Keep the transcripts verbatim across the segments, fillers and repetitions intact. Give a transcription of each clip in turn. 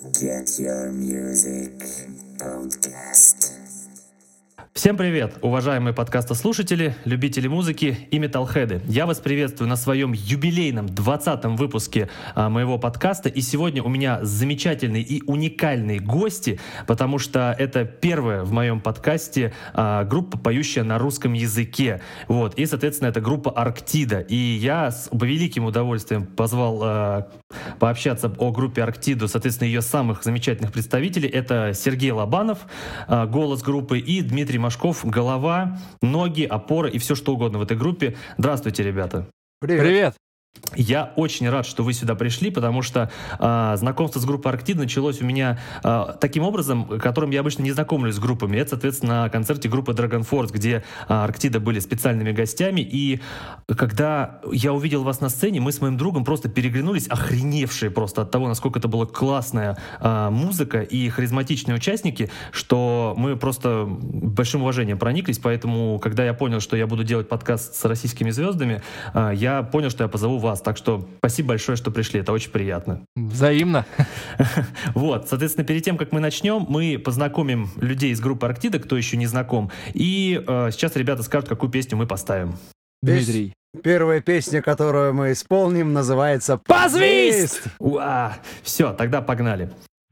Get Your Music Podcast. Всем привет, уважаемые подкастослушатели, любители музыки и металлхеды. Я вас приветствую на своем юбилейном двадцатом выпуске а, моего подкаста. И сегодня у меня замечательные и уникальные гости, потому что это первая в моем подкасте а, группа, поющая на русском языке. Вот. И, соответственно, это группа Арктида. И я с великим удовольствием позвал а, пообщаться о группе Арктиду, соответственно, ее самых замечательных представителей. Это Сергей Лобанов, а, голос группы, и Дмитрий Машков, голова, ноги, опора и все что угодно в этой группе. Здравствуйте, ребята. Привет. Привет. Я очень рад, что вы сюда пришли, потому что э, знакомство с группой Арктида началось у меня э, таким образом, которым я обычно не знакомлюсь с группами. Это, соответственно, на концерте группы Dragon Force, где э, Арктида были специальными гостями. И когда я увидел вас на сцене, мы с моим другом просто переглянулись, охреневшие просто от того, насколько это была классная э, музыка и харизматичные участники, что мы просто большим уважением прониклись. Поэтому, когда я понял, что я буду делать подкаст с российскими звездами, э, я понял, что я позову вас. Так что спасибо большое, что пришли. Это очень приятно. Взаимно. Вот, соответственно, перед тем, как мы начнем, мы познакомим людей из группы Арктида, кто еще не знаком. И э, сейчас ребята скажут, какую песню мы поставим. Дмитрий. Первая песня, которую мы исполним, называется «Позвист». Уа! Все, тогда погнали.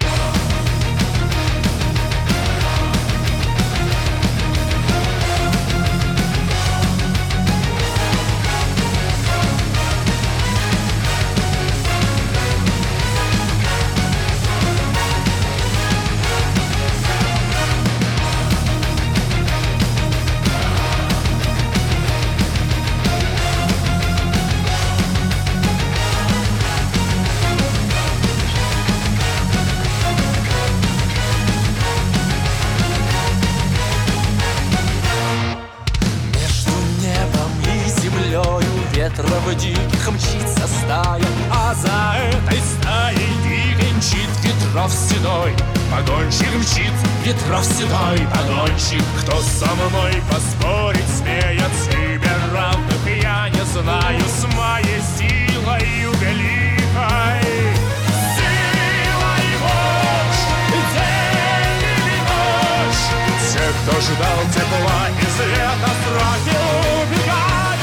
Ветров диких мчится стая, а за этой стаей дикой мчит ветров седой. Погонщик мчит, ветров седой погонщик. Кто со мной поспорить смеет, себе равных я не знаю. С моей силою великой, силой мощь, день или ночь. Те, кто ждал тепла и света, страхи убегают.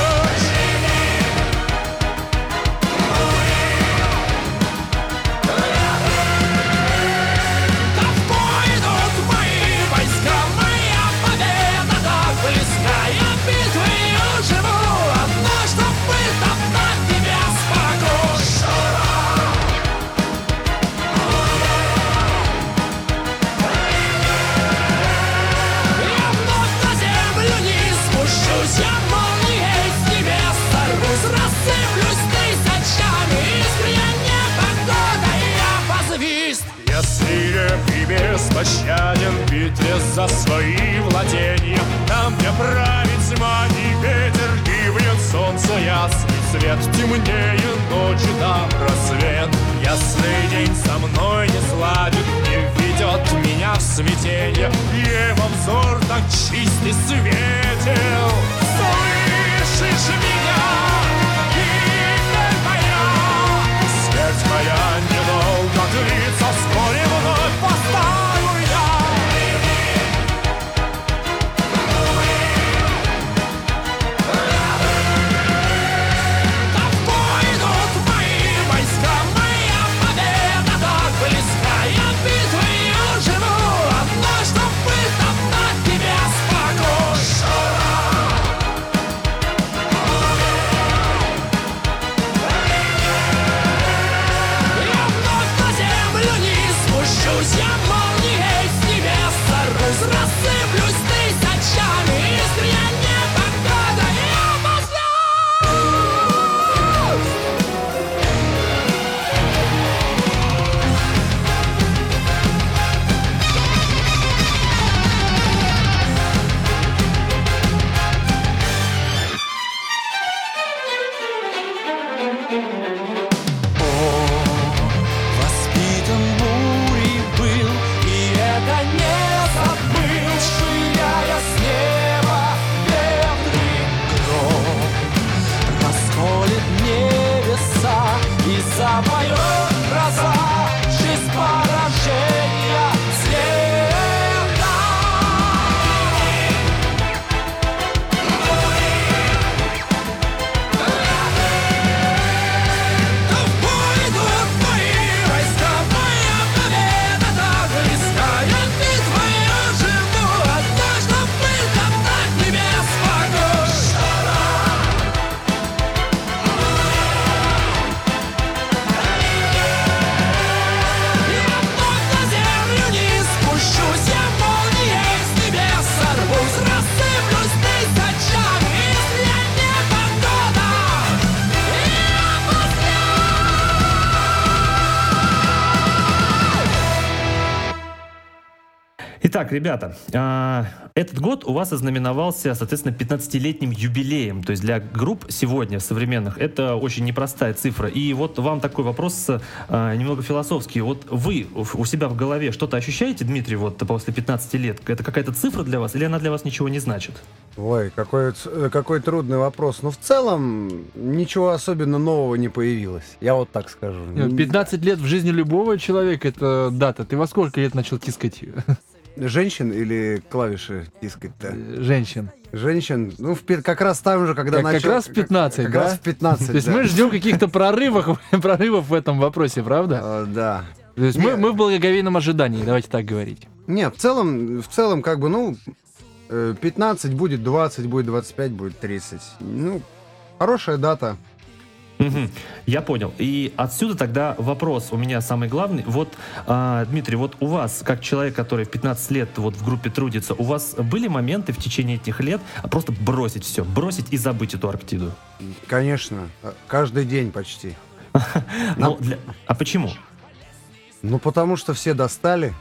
Беспощаден в битве за свои владения. Нам не править тьма, ни ветер, гибнет солнце ясный свет. Темнее ночи, там рассвет. Ясный день со мной не сладит, не ведет меня в смятение. Его взор так чист и светел. Слышишь меня, гибель моя, смерть моя недолго длится, вскоре вновь поставлю я. Так пойдут мои войска, моя победа так близка. Я битвою живу, одно, чтоб быть там на тебя спокойно. Итак, ребята, а, этот год у вас ознаменовался, соответственно, пятнадцатилетним юбилеем. То есть для групп сегодня современных это очень непростая цифра. И вот вам такой вопрос а, немного философский. Вот вы у себя в голове что-то ощущаете, Дмитрий, вот после пятнадцати лет? Это какая-то цифра для вас или она для вас ничего не значит? Ой, какой, ц- какой трудный вопрос. Но в целом ничего особенно нового не появилось. Я вот так скажу. пятнадцать лет в жизни любого человека — это дата. Ты во сколько лет начал тискать Женщин или клавиши тискать-то? женщин? Женщин, ну, в пи- как раз там же, когда Как, как начал... раз в пятнадцать, как да? раз в пятнадцать, То есть да. мы ждем каких-то прорывов, прорывов в этом вопросе, правда? А, да. То есть мы, Нет. мы в благоговейном ожидании, давайте так говорить. Не, в целом, в целом, как бы, ну, э, пятнадцать будет двадцать, будет двадцать пять, будет тридцать. Ну, хорошая дата. Мгм. Я понял. И отсюда тогда вопрос у меня самый главный. Вот, а, Дмитрий, вот у вас, как человек, который в пятнадцать лет вот в группе трудится, у вас были моменты в течение этих лет просто бросить все, бросить и забыть эту Арктиду? Конечно, э, каждый день почти. Ну, для- А почему? Ну, потому что все достали.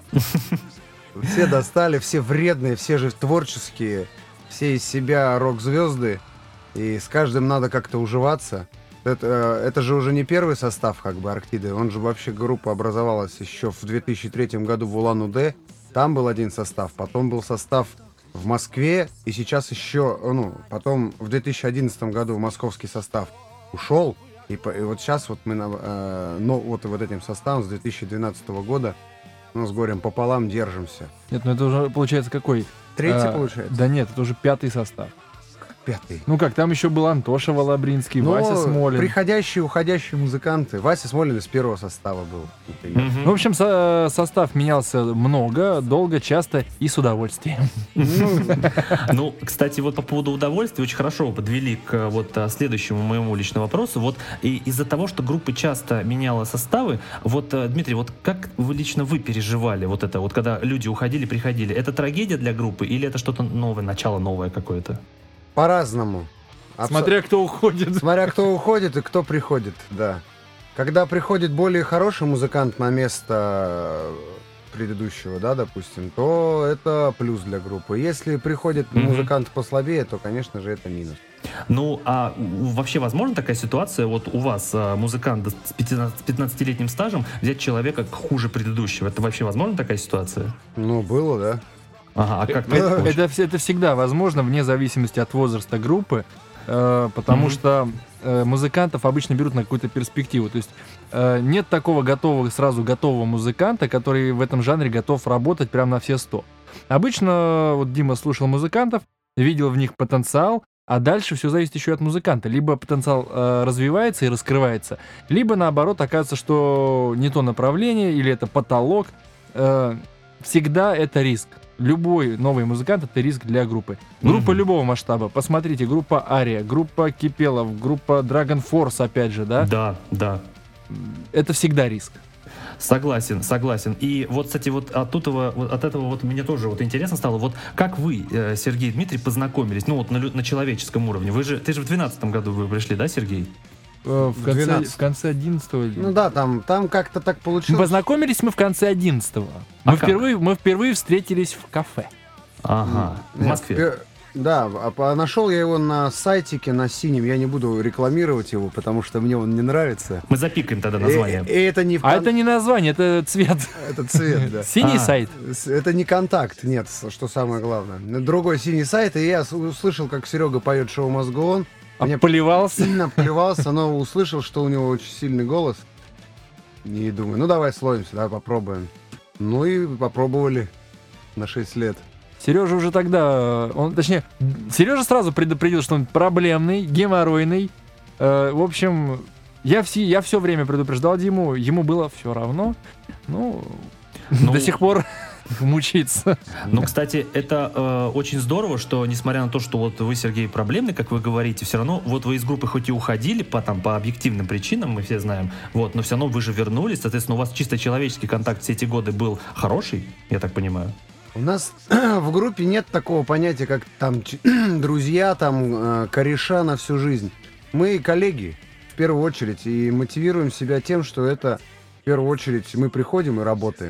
Все достали, все вредные, все же творческие, все из себя рок-звезды. И с каждым надо как-то уживаться. Это, это же уже не первый состав, как бы, Арктиды. Он же вообще, группа образовалась еще в две тысячи третьем году в Улан-Удэ. Там был один состав, потом был состав в Москве, и сейчас еще, ну, потом в две тысячи одиннадцатом году московский состав ушел. И, по- и вот сейчас вот мы, на- э, ну, вот, вот этим составом с две тысячи двенадцатого года, ну, с горем пополам держимся. Нет, ну это уже получается какой? Третий, А, получается? Да нет, это уже пятый состав. Пятый. Ну как, там еще был Антоша Волобринский, Вася Ну, Смолин. приходящие, уходящие музыканты. Вася Смолин из первого состава был, например. Мгм. Ну, в общем, со- состав менялся много, долго, часто и с удовольствием. Ну, кстати, вот по поводу удовольствия очень хорошо вы подвели к вот а, следующему моему личному вопросу. Вот и из-за того, что группа часто меняла составы, вот, а, Дмитрий, вот как вы лично вы переживали вот это, вот когда люди уходили, приходили? Это трагедия для группы или это что-то новое, начало новое какое-то? По-разному. Абсо- Смотря кто уходит. Смотря кто уходит и кто приходит, да. Когда приходит более хороший музыкант на место предыдущего, да, допустим, то это плюс для группы. Если приходит Мгм. музыкант послабее, то, конечно же, это минус. Ну, а у- вообще возможна такая ситуация, вот у вас а, музыкант с пятнадцати- пятнадцатилетним стажем взять человека хуже предыдущего? Это вообще возможна такая ситуация? Ну, было, да. Ага, а как Это, это вс- это всегда возможно, вне зависимости от возраста группы, э, потому Мгм. что э, музыкантов обычно берут на какую-то перспективу. То есть э, нет такого готового, сразу готового музыканта, который в этом жанре готов работать прямо на все сто. Обычно вот Дима слушал музыкантов, видел в них потенциал, а дальше все зависит еще и от музыканта. Либо потенциал э, развивается и раскрывается, либо наоборот оказывается, что не то направление или это потолок. Э, всегда это риск. Любой новый музыкант — это риск для группы. Группа Мгм. любого масштаба. Посмотрите, группа Ария, группа Кипелов, группа Dragon Force, опять же, да? Да, да. Это всегда риск. Согласен, согласен. И вот, кстати, вот от этого, вот от этого вот мне тоже вот интересно стало, вот как вы, э, Сергей и Дмитрий, познакомились, ну вот на, лю- на человеческом уровне? Вы же, ты же в двенадцатом году вы пришли, да, Сергей? Э, В конце, двенадцать. в конце одиннадцатого. Ну да, там, там как-то так Мы получилось. познакомились мы в конце одиннадцатого. А Мы, как? впервые, мы впервые встретились в кафе. Ага, в Нет, Москве. пе- Да, а по- нашел я его на сайтике, на синем. Я не буду рекламировать его, потому что мне он не нравится. Мы запикаем тогда И, название. и это не в А кон- это не название, это цвет. это цвет, да. Синий А. сайт. С- Это не контакт, нет, с- что самое главное. Другой синий сайт, и я с- услышал, как Серега поет шоу «Мозгон». Мне Поливался. сильно плевался, но услышал, что у него очень сильный голос. И думаю, ну давай словимся, давай попробуем. Ну и попробовали на шесть лет. Сережа уже тогда, он, точнее, Сережа сразу предупредил, что он проблемный, геморройный. Э, в общем, я все, я все время предупреждал Диму, ему было все равно. Ну, Ну, до сих пор мучиться. Ну, кстати, это э, очень здорово, что, несмотря на то, что вот вы, Сергей, проблемный, как вы говорите, все равно вот вы из группы хоть и уходили по, там, по объективным причинам, мы все знаем, вот, но все равно вы же вернулись, соответственно, у вас чисто человеческий контакт все эти годы был хороший, я так понимаю. У нас в группе нет такого понятия, как там ч- друзья, там э, кореша на всю жизнь. Мы коллеги, в первую очередь, и мотивируем себя тем, что это в первую очередь мы приходим и работаем.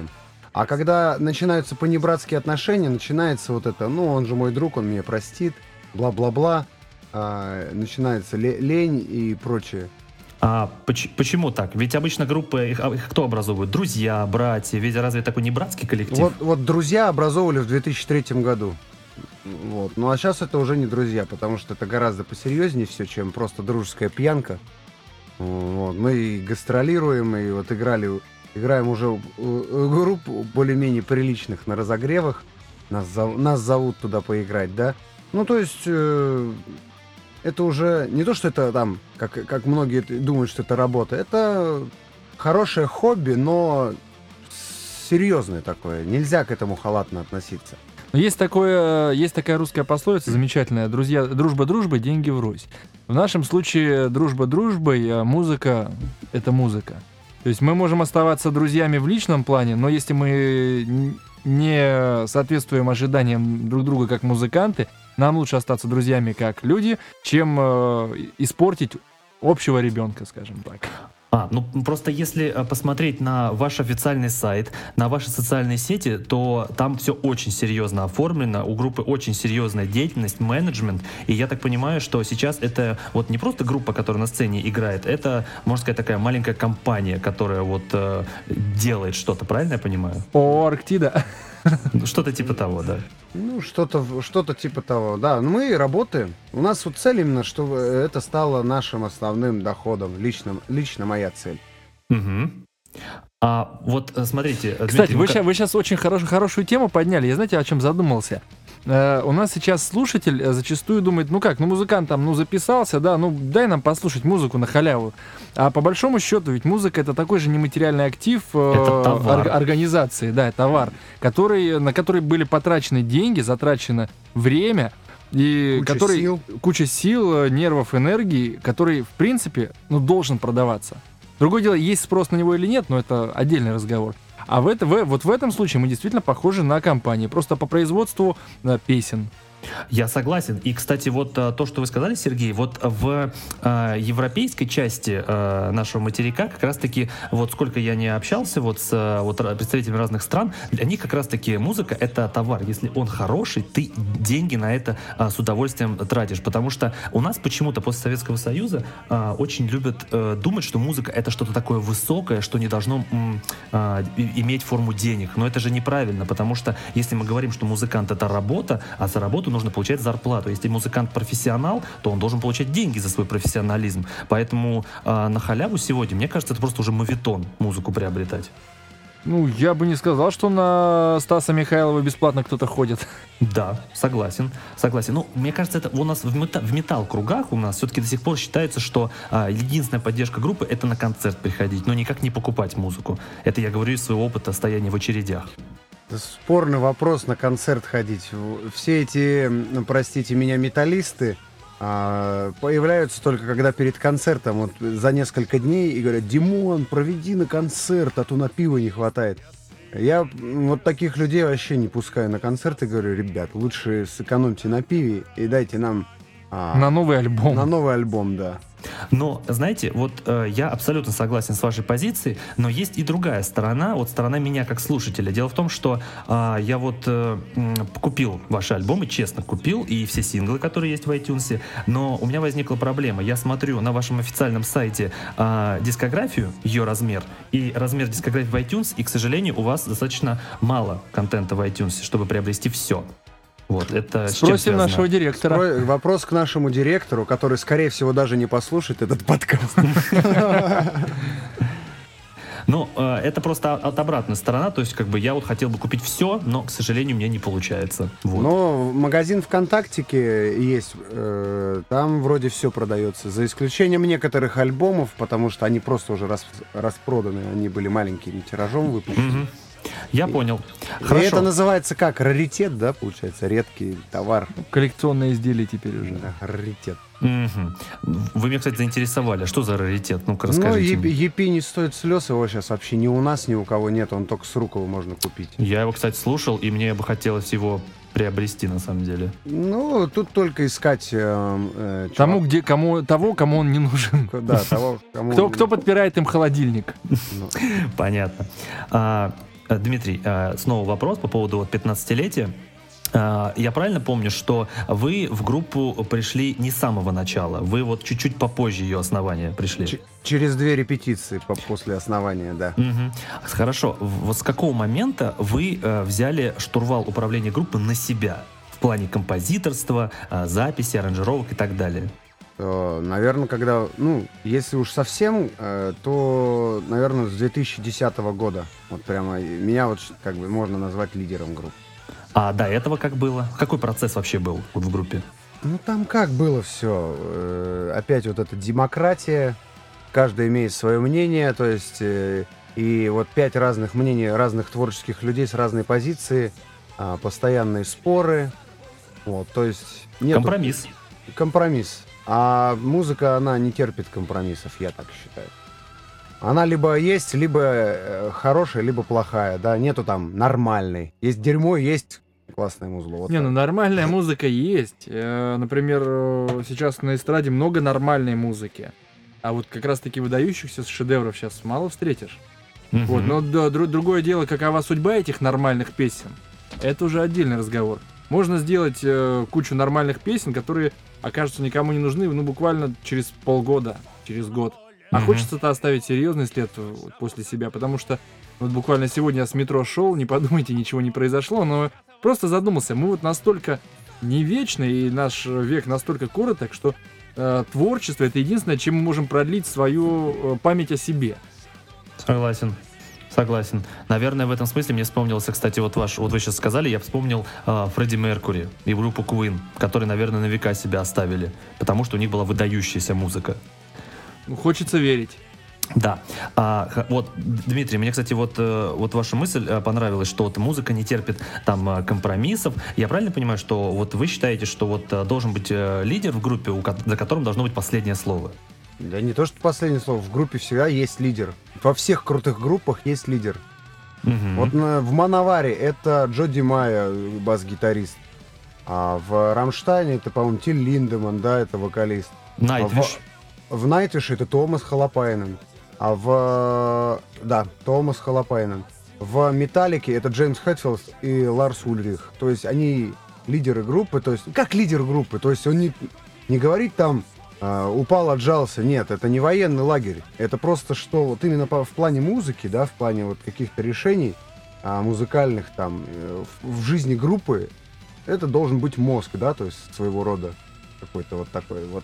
А когда начинаются понебратские отношения, начинается вот это, ну, он же мой друг, он меня простит, бла-бла-бла. А, начинается ле- лень и прочее. А поч- почему так? Ведь обычно группы, их, их кто образовывают? Друзья, братья. Ведь разве такой не братский коллектив? Вот, вот друзья образовывали в две тысячи третьем году. Вот. Ну а сейчас это уже не друзья, потому что это гораздо посерьезнее все, чем просто дружеская пьянка. Вот. Мы и гастролируем, и вот играли, играем уже у- у групп более-менее приличных на разогревах. Нас, зов- нас зовут туда поиграть, да? Ну, то есть, э, это уже не то, что это там, как, как многие т- думают, что это работа. Это хорошее хобби, но серьезное такое. Нельзя к этому халатно относиться. Но есть, такое, есть такая русская пословица замечательная: друзья, дружба дружбой, деньги врозь. В нашем случае дружба дружбой, а музыка — это музыка. То есть мы можем оставаться друзьями в личном плане, но если мы н- не соответствуем ожиданиям друг друга как музыканты, нам лучше остаться друзьями как люди, чем э, испортить общего ребенка, скажем так. А, ну просто если э, посмотреть на ваш официальный сайт, на ваши социальные сети, то там все очень серьезно оформлено, у группы очень серьезная деятельность, менеджмент, и я так понимаю, что сейчас это вот не просто группа, которая на сцене играет, это, можно сказать, такая маленькая компания, которая вот э, делает что-то, правильно я понимаю? О, Арктида. Ну, что-то типа того, да. Ну, что-то, в- что-то типа того, да. Но мы работаем. У нас вот цель именно, чтобы это стало нашим основным доходом. Лично, лично моя цель. Мгм. А вот э, смотрите, э, Кстати, Дмитрий, вы, ну, ща- как- вы сейчас очень хорош- хорошую тему подняли. Я, знаете, о чем задумался? Э, у нас сейчас слушатель э, зачастую думает, ну как, ну музыкант там, ну записался, да, ну дай нам послушать музыку на халяву. А по большому счету, ведь музыка — это такой же нематериальный актив э, Это товар. орг- организации, да, товар, который, на который были потрачены деньги, затрачено время, и Куча который, сил. куча сил, э, нервов, энергии, который, в принципе, ну, должен продаваться. Другое дело, есть спрос на него или нет, но это отдельный разговор. А в это, в, вот в этом случае мы действительно похожи на компании, просто по производству э, песен. Я согласен. И, кстати, вот а, то, что вы сказали, Сергей, вот в а, европейской части а, нашего материка как раз-таки, вот сколько я не общался вот с а, вот, ра- представителями разных стран, для них как раз-таки музыка — это товар. Если он хороший, ты деньги на это а, с удовольствием тратишь. Потому что у нас почему-то после Советского Союза а, очень любят а, думать, что музыка — это что-то такое высокое, что не должно м, а, и- иметь форму денег. Но это же неправильно, потому что если мы говорим, что музыкант — это работа, а за работу нужно получать зарплату. Если музыкант профессионал, то он должен получать деньги за свой профессионализм. Поэтому э, на халяву сегодня, мне кажется, это просто уже моветон музыку приобретать. Ну, я бы не сказал, что на Стаса Михайлова бесплатно кто-то ходит. Да, согласен, согласен. Ну, мне кажется, это у нас в, мета- в метал-кругах у нас все-таки до сих пор считается, что а, единственная поддержка группы — это на концерт приходить, но никак не покупать музыку. Это я говорю из своего опыта стояния в очередях. Спорный вопрос на концерт ходить. В- Все эти, м, простите меня, металлисты а, появляются только когда перед концертом, вот за несколько дней, и говорят: Димон, проведи на концерт, а то на пиво не хватает. Я м, вот таких людей вообще не пускаю на концерт и говорю: ребят, лучше сэкономьте на пиве и дайте нам а, На новый альбом. на новый альбом, да. Но, знаете, вот э, я абсолютно согласен с вашей позицией, но есть и другая сторона, вот сторона меня как слушателя. Дело в том, что э, я вот э, м, купил ваши альбомы, честно купил, и все синглы, которые есть в iTunes, но у меня возникла проблема. Я смотрю на вашем официальном сайте э, дискографию, ее размер, и размер дискографии в iTunes, и, к сожалению, у вас достаточно мало контента в iTunes, чтобы приобрести все. Вот, это с чем Спросим связано? нашего директора. Про- Вопрос к нашему директору, который, скорее всего, даже не послушает этот подкаст. Ну, э, это просто от обратной стороны, то есть как бы я вот хотел бы купить все, но, к сожалению, мне не получается. Вот. Но магазин ВКонтактике есть, э, там вроде все продается, за исключением некоторых альбомов, потому что они просто уже рас- распроданы, они были маленьким тиражом выпущены. Мгм. Я понял. И Хорошо. это называется как? Раритет, да, получается? Редкий товар. Коллекционное изделие теперь уже. Да, раритет. Мгм. Вы меня, кстати, заинтересовали. Что за раритет? Ну-ка, Ну, расскажите. Епи, Епи не стоит слез, его сейчас вообще ни у нас, ни у кого нет, он только с Рукова можно купить. Я его, кстати, слушал, и мне бы хотелось его приобрести, на самом деле. Ну, тут только искать... э, э, Тому, чувак- где, кому, того, кому он не нужен. Да, того, кому... Кто, кто подпирает им холодильник? Ну, Понятно. А, Э, Дмитрий, э, снова вопрос по поводу вот пятнадцатилетия. Э, Я правильно помню, что вы в группу пришли не с самого начала, вы вот чуть-чуть попозже ее основания пришли? Ч- через две репетиции по- после основания, да. Мгм. Хорошо. В- Вот с какого момента вы э, взяли штурвал управления группы на себя? В плане композиторства, э, записи, аранжировок и так далее. Наверное, когда, ну, если уж совсем, э, то, наверное, с две тысячи десятого года. Вот прямо меня вот ш- как бы можно назвать лидером группы. А до этого как было? Какой процесс вообще был вот в группе? Ну, там как было все. Опять вот эта демократия, каждый имеет свое мнение, то есть, э, и вот пять разных мнений разных творческих людей с разной позиции, а, постоянные споры, вот, то есть... нету- Компромисс. Компромисс. А музыка, она не терпит компромиссов, я так считаю. Она либо есть, либо э, хорошая, либо плохая, да, нету там нормальной. Есть дерьмо, есть классное музло. Вот Не, так. ну нормальная музыка есть. Э, Например, э, сейчас на эстраде много нормальной музыки. А вот как раз-таки выдающихся шедевров сейчас мало встретишь. Мгм. Вот, но да, дру- другое дело, какова судьба этих нормальных песен, это уже отдельный разговор. Можно сделать э, кучу нормальных песен, которые окажутся никому не нужны, ну, буквально через полгода, через год. А Мгм. хочется-то оставить серьезный след э, вот после себя, потому что вот буквально сегодня я с метро шел, не подумайте, ничего не произошло, но просто задумался, мы вот настолько не вечны, и наш век настолько короток, что э, творчество — это единственное, чем мы можем продлить свою э, память о себе. Согласен. Согласен. Наверное, в этом смысле мне вспомнился, кстати, вот ваш, вот вы сейчас сказали, я вспомнил э, Фредди Меркьюри и группу Queen, которые, наверное, на века себя оставили, потому что у них была выдающаяся музыка. Ну, хочется верить. Да. А, х- вот, Дмитрий, мне, кстати, вот, э, вот ваша мысль э, понравилась, что вот музыка не терпит там э, компромиссов. Я правильно понимаю, что вот вы считаете, что вот э, должен быть э, лидер в группе, у ко- за которым должно быть последнее слово? Да не то, что последнее слово. В группе всегда есть лидер. Во всех крутых группах есть лидер. Мгм. Вот на- в Мановаре это Джо Ди Майо, бас-гитарист. А в Рамштайне это, по-моему, Тиль Линдеман, да, это вокалист. Найтвиш. В Найтвише это Томас Халапайнен. А в... Да, Томас Халапайнен. В Металлике это Джеймс Хэтфилд и Ларс Ульрих. То есть они лидеры группы. То есть как лидер группы. То есть он не, не говорит там а, упал, отжался. Нет, это не военный лагерь. Это просто что вот именно по- в плане музыки, да, в плане вот каких-то решений а, музыкальных там э, в, в жизни группы это должен быть мозг, да, то есть своего рода какой-то вот такой вот.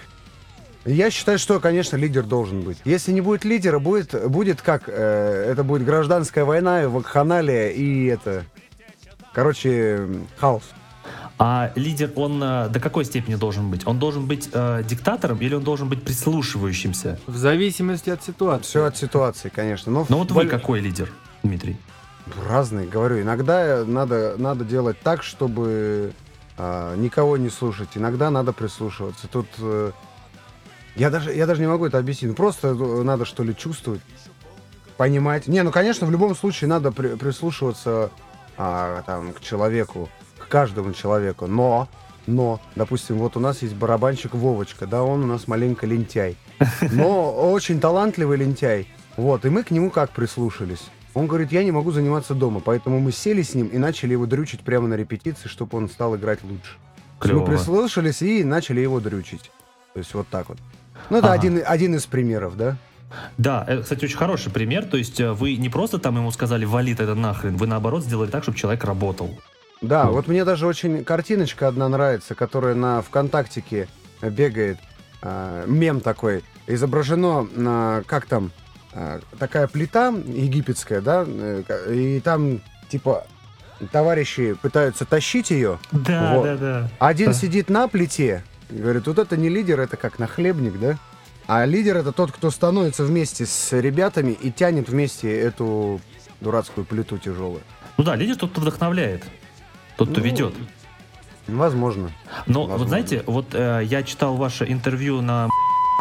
Я считаю, что, конечно, лидер должен быть. Если не будет лидера, будет, будет как? Э, это будет гражданская война, вакханалия и это... Короче, хаос. А лидер, он э, до какой степени должен быть? Он должен быть э, диктатором или он должен быть прислушивающимся? В зависимости от ситуации. Все от ситуации, конечно. Но Ну вот вы боль- какой лидер, Дмитрий? Разные, говорю. Иногда надо, надо делать так, чтобы а, никого не слушать. Иногда надо прислушиваться. Тут... э, я, даже, я даже не могу это объяснить. Ну, просто э, надо, что ли, чувствовать, понимать. Не, ну, конечно, в любом случае надо при- прислушиваться а, там, к человеку, к каждому человеку. Но, но, допустим, вот у нас есть барабанщик Вовочка, да, он у нас маленько лентяй. Но очень талантливый лентяй. Вот, и мы к нему как прислушались. Он говорит, я не могу заниматься дома, поэтому мы сели с ним и начали его дрючить прямо на репетиции, чтобы он стал играть лучше. То есть Клево. мы прислушались и начали его дрючить. То есть вот так вот. Ну, это Ага. один, один из примеров, да? Да, это, кстати, очень хороший пример. То есть э, вы не просто там ему сказали «вали ты это нахрен», вы наоборот сделали так, чтобы человек работал. Да, Ну. вот мне даже очень картиночка одна нравится, которая на ВКонтактике бегает. а, мем такой. Изображено, а, как там, а, такая плита египетская, да? э, И там, типа, товарищи пытаются тащить ее. Да, Вот. да, да. Один Да. сидит на плите и говорит, вот это не лидер, это как нахлебник, да? А лидер это тот, кто становится вместе с ребятами и тянет вместе эту дурацкую плиту тяжелую. Ну да, лидер тот, кто вдохновляет, тот, кто Ну, ведет. Возможно. Но возможно. вот знаете, вот э, я читал ваше интервью на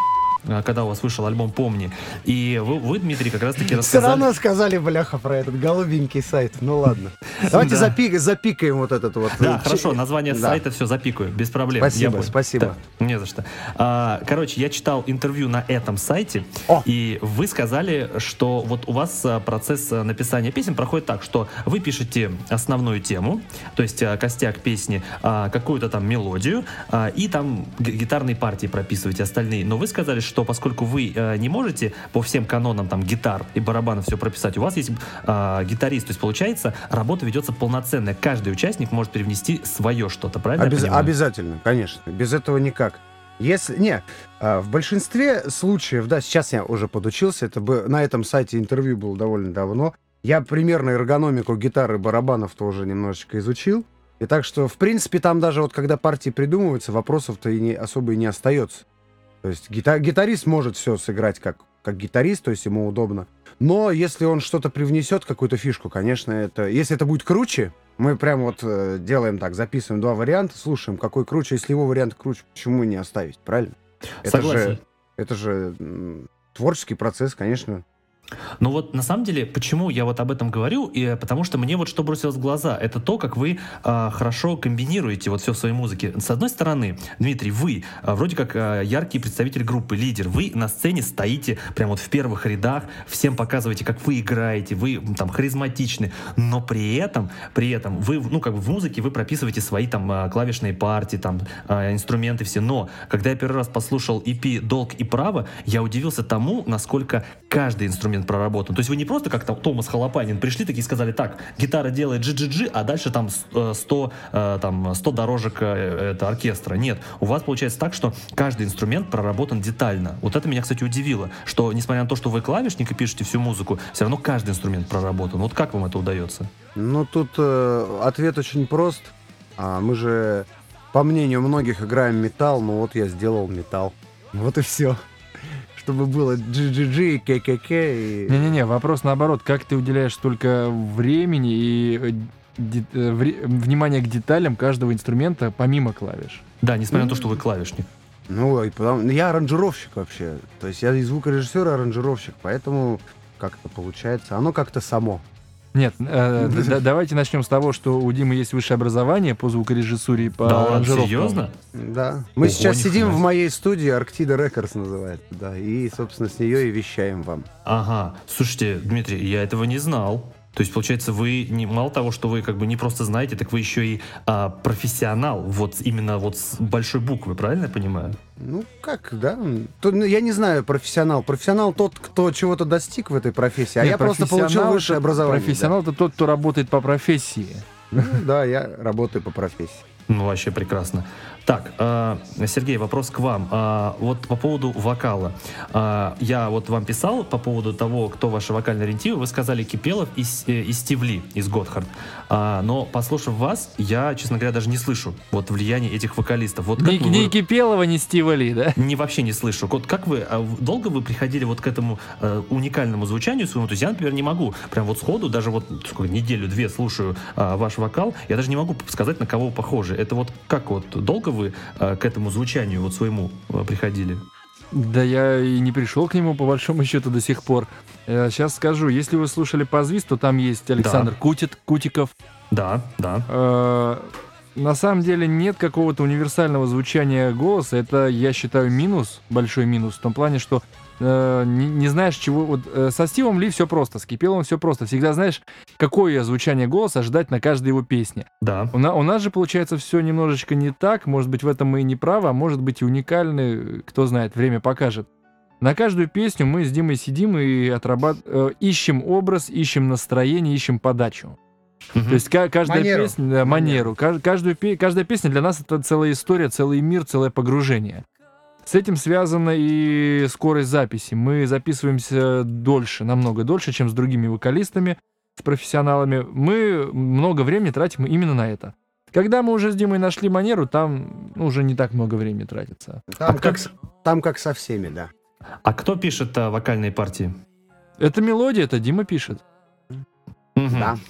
когда у вас вышел альбом «Помни». И вы, вы Дмитрий, как раз-таки Все рассказали... равно сказали, бляха, про этот голубенький сайт. Ну ладно. Давайте Да. запи- запикаем вот этот вот. Да, Ч- хорошо, название Да. сайта все запикаю, без проблем. Спасибо, Я понял. спасибо. Так, не за что. А, короче, я читал интервью на этом сайте, О! и вы сказали, что вот у вас а, процесс а, написания песен проходит так, что вы пишете основную тему, то есть а, костяк песни, а, какую-то там мелодию, а, и там г- гитарные партии прописываете остальные. Но вы сказали, что поскольку вы а, не можете по всем канонам там гитар и барабанов все прописать, у вас есть а, гитарист, то есть получается, работа ведется полноценная. Каждый участник может привнести свое что-то, правильно? я Обяз- понимаю? Обязательно, конечно. Без этого никак. Если не, а, в большинстве случаев, да, сейчас я уже подучился, это бы на этом сайте интервью было довольно давно. Я примерно эргономику гитары, барабанов тоже немножечко изучил. И так что, в принципе, там даже вот когда партии придумываются, вопросов-то и не, особо и не остается. То есть гита- гитарист может все сыграть как, как гитарист, то есть ему удобно. Но если он что-то привнесет, какую-то фишку, конечно, это... Если это будет круче, мы прям вот э, делаем так, записываем два варианта, слушаем, какой круче. Если его вариант круче, почему не оставить, правильно? Это Согласен. же, это же м, творческий процесс, конечно. Ну вот на самом деле, почему я вот об этом говорю, и, потому что мне вот что бросилось в глаза, это то, как вы а, хорошо комбинируете вот все в своей музыке. С одной стороны, Дмитрий, вы а, вроде как а, яркий представитель группы, лидер, вы на сцене стоите прям вот в первых рядах, всем показываете, как вы играете, вы там харизматичны, но при этом, при этом вы, ну как бы в музыке вы прописываете свои там а, клавишные партии, там а, инструменты все, но когда я первый раз послушал и пи «Долг и право», я удивился тому, насколько каждый инструмент проработан. То есть вы не просто как там Томас Холопанин пришли такие и сказали, так, гитара делает джи-джи-джи, а дальше там сто, там сто дорожек это, оркестра. Нет, у вас получается так, что каждый инструмент проработан детально. Вот это меня, кстати, удивило, что несмотря на то, что вы клавишник и пишете всю музыку, все равно каждый инструмент проработан. Вот как вам это удается? Ну, тут э, ответ очень прост. А, мы же, по мнению многих, играем металл, ну вот я сделал металл. Вот и все. Чтобы было джи-джи-джи и ке-ке-ке. И... Не-не-не, вопрос наоборот, как ты уделяешь столько времени и э, де- э, вре- внимания к деталям каждого инструмента помимо клавиш? Да, несмотря на то, что вы клавишник. Ну, и потому... я аранжировщик вообще. То есть я и звукорежиссер, и аранжировщик, поэтому как-то получается. Оно как-то само. Нет, э, д- д- давайте начнем с того, что у Димы есть высшее образование по звукорежиссуре и по Да ладно, аранжировкам. серьезно? Да. Мы Ого, сейчас нихуя сидим в себе. моей студии, Arctida Records называется, да, и, собственно, с нее и вещаем вам. Ага. Слушайте, Дмитрий, я этого не знал. То есть, получается, вы не, мало того, что вы как бы не просто знаете, так вы еще и а, профессионал, вот именно вот с большой буквы, правильно я понимаю? Ну, как, да. То, ну, я не знаю, профессионал. Профессионал тот, кто чего-то достиг в этой профессии, а Нет, я просто получил профессионал высшее это- образование. Профессионал это тот, кто работает по профессии. Да. Ну, да, я работаю по профессии. Ну, вообще прекрасно. Так, э, Сергей, вопрос к вам. А, вот по поводу вокала. А, я вот вам писал по поводу того, кто ваши вокальные ориентиры. Вы сказали Кипелов и, С- э, и Стивли из Готхард. А, но, послушав вас, я, честно говоря, даже не слышу вот влияние этих вокалистов. Вот как Ни, вы- ни Кипелова, ни Стива Ли, да? Не, вообще не слышу. Вот как вы, а в- долго вы приходили вот к этому э, уникальному звучанию своему? То есть я, например, не могу прям вот сходу, даже вот сколько, неделю-две слушаю а, ваш вокал, я даже не могу сказать, на кого вы похожи. Это вот как вот, долго вы а, к этому звучанию вот своему а, приходили? Да я и не пришел к нему, по большому счету, до сих пор. Сейчас скажу, если вы слушали «Позвист», то там есть Александр Да. Кутит, Кутиков. Да, да. Э, На самом деле нет какого-то универсального звучания голоса. Это, я считаю, минус, большой минус, в том плане, что э, не, не знаешь, чего... Вот, э, со Стивом Ли все просто, с Кипеловым все просто. Всегда знаешь, какое звучание голоса ждать на каждой его песне. Да. У, на- у нас же, получается, все немножечко не так. Может быть, в этом мы и не правы, а может быть и уникальны. Кто знает, время покажет. На каждую песню мы с Димой сидим и отрабат... э, ищем образ, ищем настроение, ищем подачу. Мгм. То есть ка- каждая Манеру. песня, да, манеру, Кажд- каждую, пе- каждая песня для нас это целая история, целый мир, целое погружение. С этим связана и скорость записи. Мы записываемся дольше, намного дольше, чем с другими вокалистами, с профессионалами. Мы много времени тратим именно на это. Когда мы уже с Димой нашли манеру, там ну, уже не так много времени тратится. Там, А как, как- с- там как со всеми, да. А кто пишет а, вокальные партии? Это мелодия, это Дима пишет. Мгм. Да.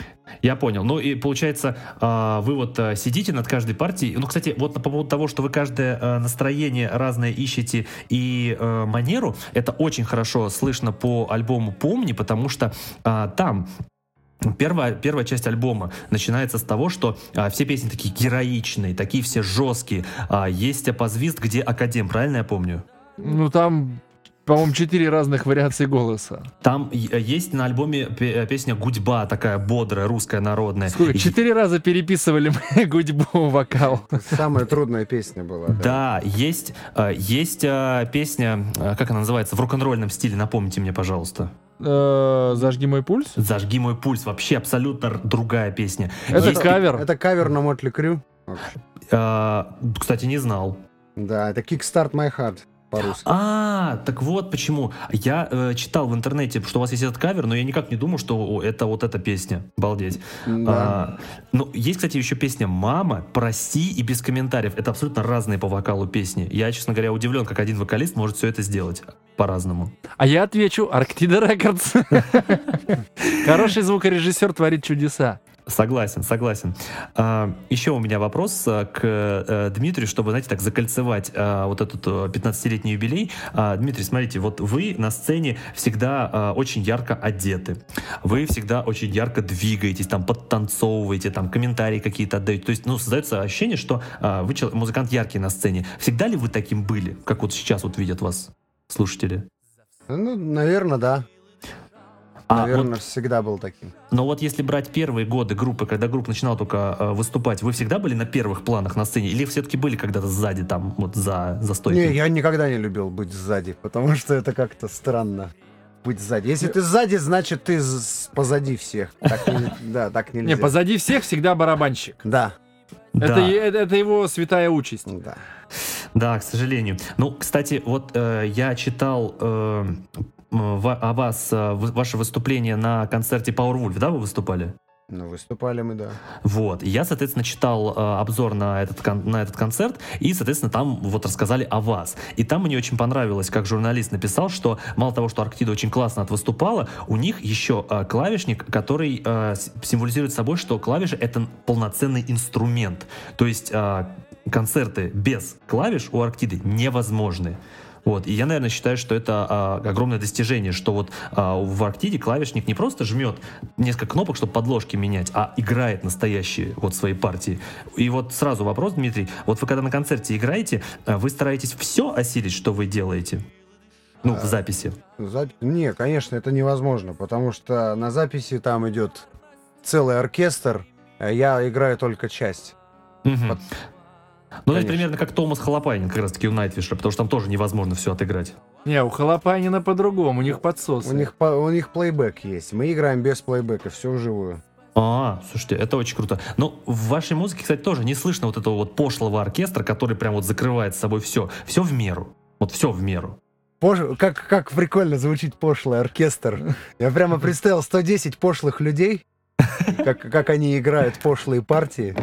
Я понял. Ну и получается, а, вы вот а, сидите над каждой партией. Ну, кстати, вот по поводу того, что вы каждое а, настроение разное ищете и а, манеру, это очень хорошо слышно по альбому «Помни», потому что а, там Первая, первая часть альбома начинается с того, что а, все песни такие героичные, такие все жесткие. А, есть «Апозвизд», где Академ, правильно я помню? Ну, там, по-моему, четыре разных вариации голоса. Там е- есть на альбоме пе- песня «Гудьба», такая бодрая, русская, народная. Сколько? И- Четыре раза переписывали мы «Гудьбу» вокал. Самая трудная песня была. Да, есть, а, есть а, песня, а, как она называется, в рок-н-ролльном стиле, напомните мне, пожалуйста. Э, «Зажги мой пульс». «Зажги мой пульс», вообще абсолютно р- другая песня. Это Есть- кавер. Это кавер на Мотли Крю. а, Кстати, не знал. Да, это Kickstart My Heart по-русски. А, так вот почему. Я э, читал в интернете, что у вас есть этот кавер, но я никак не думал, что о, это вот эта песня. Обалдеть. Да. А, ну, есть, кстати, еще песня «Мама», «Прости» и «Без комментариев». Это абсолютно разные по вокалу песни. Я, честно говоря, удивлен, как один вокалист может все это сделать по-разному. А я отвечу: Arctida Records. Хороший звукорежиссер творит чудеса. Согласен, согласен. А, еще у меня вопрос а, к а, Дмитрию, чтобы, знаете, так закольцевать а, вот этот а, пятнадцатилетний юбилей. А, Дмитрий, смотрите, вот вы на сцене всегда а, очень ярко одеты. Вы всегда очень ярко двигаетесь, там, подтанцовываете, там, комментарии какие-то отдаете. То есть, ну, создается ощущение, что а, вы чел- музыкант яркий на сцене. Всегда ли вы таким были, как вот сейчас вот видят вас слушатели? Ну, наверное, да. А Наверное, вот, всегда был таким. но вот если брать первые годы группы, когда группа начинала только э, выступать, вы всегда были на первых планах на сцене? Или все-таки были когда-то сзади, там, вот за, за стойкой? Не, я никогда не любил быть сзади, потому что это как-то странно. Быть сзади. Если ты сзади, значит ты з- позади всех. Так не- да, так нельзя. Не, позади всех всегда барабанщик. Да, Да. Это, е- это, это его святая участь. да. Да, к сожалению. Ну, кстати, вот э, я читал э, ва- о вас, э, в- ваше выступление на концерте Powerwolf, да, вы выступали? Ну, выступали мы, да. Вот. И я, соответственно, читал э, обзор на этот, кон- на этот концерт, и, соответственно, там вот рассказали о вас. И там мне очень понравилось, как журналист написал, что мало того, что Арктида очень классно отвыступала, у них еще э, клавишник, который э, с- символизирует собой, что клавиши — это полноценный инструмент. То есть э, концерты без клавиш у Арктиды невозможны. Вот. И я, наверное, считаю, что это а, огромное достижение, что вот а, в Арктиде клавишник не просто жмет несколько кнопок, чтобы подложки менять, а играет настоящие вот свои партии. И вот сразу вопрос, Дмитрий, вот вы когда на концерте играете, а, вы стараетесь все осилить, что вы делаете? Ну, в записи. Запись? Не, конечно, это невозможно, потому что на записи там идет целый оркестр, а я играю только часть. Мгм. Вот. Ну, это Конечно. примерно как Томас Холопайнин, как раз-таки у Найтвиша, потому что там тоже невозможно все отыграть. Не, у Холопайнина по-другому, у них подсосы. У них, по- у них плейбэк есть. Мы играем без плейбэка, все вживую. А, слушайте, это очень круто. Но в вашей музыке, кстати, тоже не слышно вот этого вот пошлого оркестра, который прям вот закрывает с собой все. Все в меру. Вот все в меру. Пош- Как, как прикольно звучит пошлый оркестр. Я прямо представил сто десять пошлых людей, как, как они играют пошлые партии.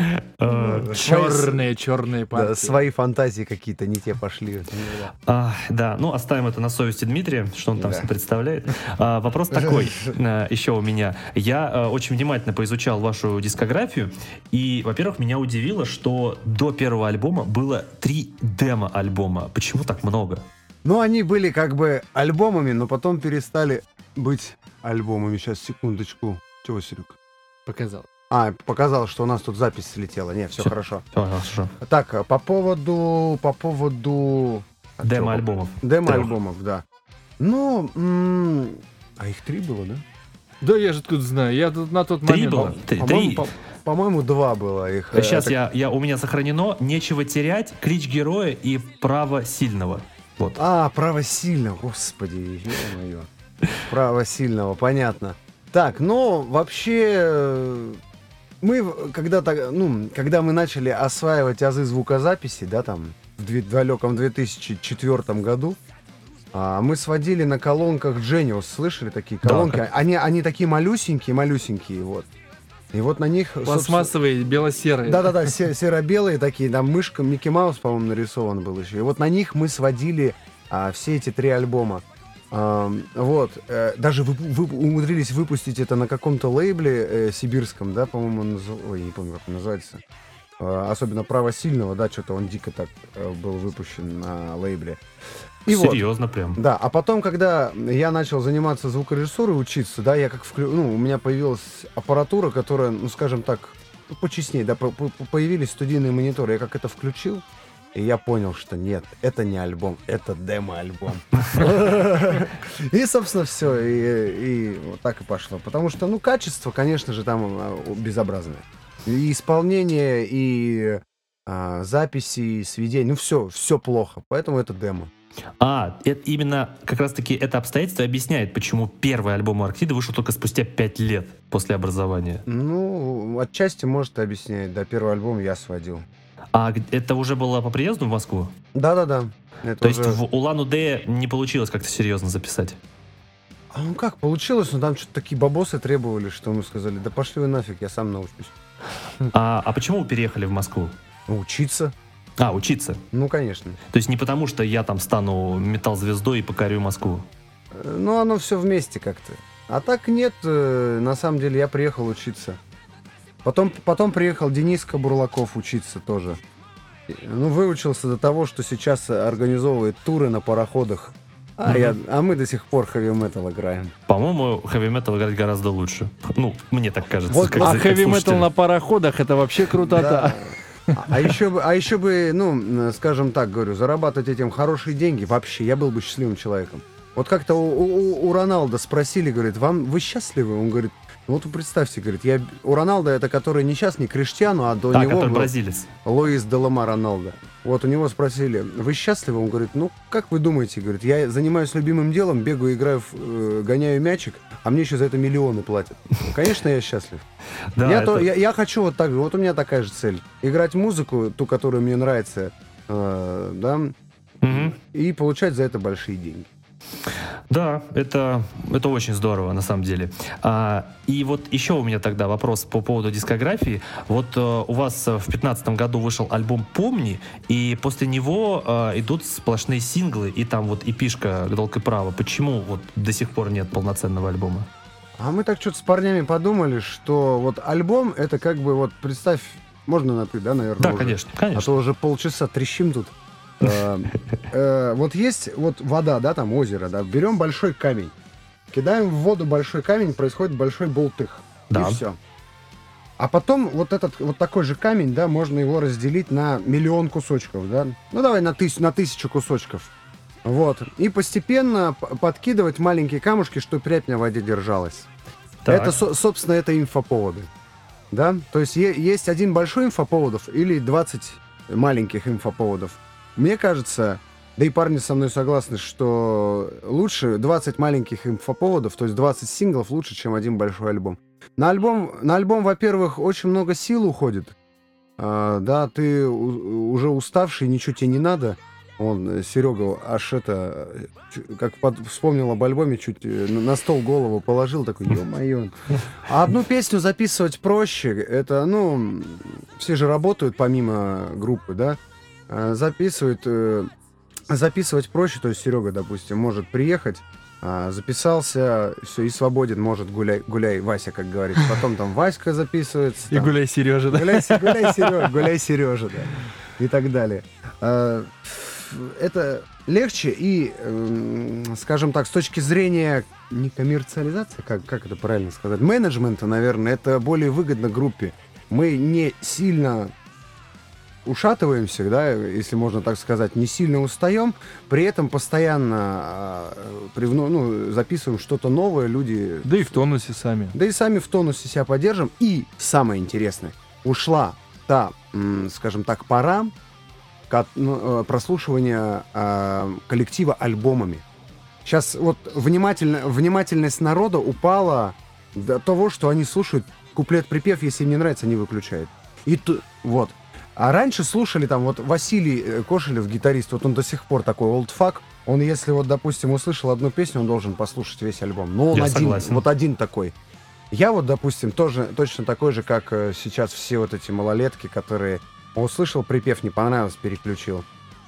Э, Черные, черные партии. Да, свои фантазии какие-то не те пошли. А, да, ну оставим это на совести Дмитрия, что он там Да. себе представляет. А, вопрос такой а, еще у меня. Я а, очень внимательно поизучал вашу дискографию, и, во-первых, меня удивило, что до первого альбома было три демо-альбома. Почему так много? Ну, они были как бы альбомами, но потом перестали быть альбомами. Сейчас, секундочку. Чего, Серег? Показал. А, показал, что у нас тут запись слетела. Не, все Всё. хорошо. Всё, хорошо. Так, по поводу... По поводу... а Демо-альбомов. чё? Демо-альбомов, да. Ну, м, а их три было, да? Да я же откуда знаю, я тут на тот Три момент... было? Три. По-моему, три. по- по-моему, два было их. э, Сейчас это- я, я, у меня сохранено «Нечего терять», «Клич героя» и «Право сильного». Вот. А, право сильного, господи, ё-моё. Право сильного, понятно. Так, ну, вообще, э, мы в- когда-то, ну, когда мы начали осваивать азы звукозаписи, да, там, в две- далеком две тысячи четвёртом году, а, мы сводили на колонках Genius, слышали такие Да, колонки? как- Они, они такие малюсенькие, малюсенькие, вот. И вот на них... собственно- Пластмассовые, бело-серые. Да-да-да, се- серо-белые такие, там мышка, Микки Маус, по-моему, нарисован был еще. И вот на них мы сводили а, все эти три альбома. А, вот. э, Даже вы, вы умудрились выпустить это на каком-то лейбле э, сибирском, да, по-моему, он наз- ой, не помню, как он называется. А, Особенно «Право сильного», да, что-то он дико так э, был выпущен на лейбле. И вот. Серьезно прям. Да, а потом, когда я начал заниматься звукорежиссурой, учиться, да, я как вклю... ну, у меня появилась аппаратура, которая, ну, скажем так, ну, почестнее, да, по- по- появились студийные мониторы, я как это включил, и я понял, что нет, это не альбом, это демо-альбом. И, собственно, все, и вот так и пошло. Потому что, ну, качество, конечно же, там а, безобразное. И исполнение, и а, записи, и сведения, ну, все, все плохо, поэтому это демо. А, это именно как раз-таки это обстоятельство объясняет, почему первый альбом у Арктиды вышел только спустя пять лет после образования. Ну, отчасти может объяснять. Да, первый альбом я сводил. А г- это уже было по приезду в Москву? Да-да-да. Это То есть уже- в Улан-Удэ не получилось как-то серьезно записать? А ну как, получилось, но там что-то такие бабосы требовали, что мы сказали, да пошли вы нафиг, я сам научусь. А, а почему вы переехали в Москву? Учиться? А, учиться. Ну, конечно. То есть не потому, что я там стану метал-звездой и покорю Москву. Э, Ну, оно все вместе как-то. А так нет, э, на самом деле я приехал учиться. Потом, потом приехал Дениска Бурлаков учиться тоже. И, Ну, выучился до того, что сейчас организовывает туры на пароходах. А, Мгм. я, а мы до сих пор хэви-метал играем. По-моему, хэви-метал играть гораздо лучше. Ну, мне так кажется. Вот, как А за- как хэви-метал слушатель. на пароходах — это вообще крутота. Да. А, а еще бы, а еще бы, ну, скажем так, говорю, зарабатывать этим хорошие деньги, вообще, я был бы счастливым человеком. Вот как-то у, у, у Роналда спросили, говорит, вам, вы счастливы? Он говорит, ну вот вы представьте, говорит, я, у Роналда это который не сейчас, не Криштиану, а до Да, него который был бразилец. Луис де Лама Роналдо. Вот у него спросили, вы счастливы? Он говорит, ну, как вы думаете? Говорит, я занимаюсь любимым делом, бегаю, играю, в, э, гоняю мячик, а мне еще за это миллионы платят. Конечно, я счастлив. Да, я, это- то, я, я хочу вот так же, вот у меня такая же цель. Играть музыку, ту, которая мне нравится, э, да, Мгм. и получать за это большие деньги. Да, это, это очень здорово, на самом деле. А, и вот еще у меня тогда вопрос по поводу дискографии. Вот э, у вас э, в пятнадцатом году вышел альбом «Помни», и после него э, идут сплошные синглы, и там вот эпишка «Долг и право». Почему вот до сих пор нет полноценного альбома? А мы так что-то с парнями подумали, что вот альбом, это как бы, вот представь, можно на ты, да, наверное? Да, уже? конечно, А конечно. то уже полчаса трещим тут. Э, э, Вот есть вот вода, да, там озеро, да, берем большой камень, кидаем в воду большой камень, происходит большой болтых. Да. И все. А потом вот этот, вот такой же камень, да, можно его разделить на миллион кусочков, да. Ну, давай на, тысяч, на тысячу кусочков. Вот. И постепенно п- подкидывать маленькие камушки, чтобы прядь на воде держалась. Так. Это, со- собственно, это инфоповоды. Да? То есть е- есть один большой инфоповодов или двадцать маленьких инфоповодов. Мне кажется, да и парни со мной согласны, что лучше двадцать маленьких инфоповодов, то есть двадцать синглов лучше, чем один большой альбом. На альбом, на альбом, во-первых, очень много сил уходит. А, да, ты у- уже уставший, ничего тебе не надо. Он, Серега, аж это, э, чу- как под- вспомнил об альбоме, чуть э, на на стол голову положил, такой, ё-моё. А одну песню записывать проще, это, ну, м, все же работают помимо группы, да, А, записывают, э, записывать проще, то есть Серега, допустим, может приехать, а, записался, все, и свободен, может гуляй, гуляй, Вася, как говорится, потом там Васька записывается. И там, гуляй, Сережа, да? Гуляй, Се- гуляй, Сережа, гуляй, Сережа, да. И так далее. А, Это легче и, эм, скажем так, с точки зрения не коммерциализации, как, как это правильно сказать, менеджмента, наверное, это более выгодно группе. Мы не сильно ушатываемся, да, если можно так сказать, не сильно устаем, при этом постоянно а, привно- ну, записываем что-то новое, люди... Да и в тонусе сами. Да и сами в тонусе себя поддержим. И самое интересное, ушла та, м, скажем так, пора ко- ну, э, прослушивания э, коллектива альбомами. Сейчас вот внимательно, внимательность народа упала до того, что они слушают куплет-припев, если им не нравится, они выключают. И ту- вот. А раньше слушали там вот Василий э, Кошелев, гитарист, вот он до сих пор такой олдфак. Он, если вот, допустим, услышал одну песню, он должен послушать весь альбом. Но он Я один, согласен. вот один такой. Я вот, допустим, тоже точно такой же, как э, сейчас все вот эти малолетки, которые услышал припев, не понравилось, переключил.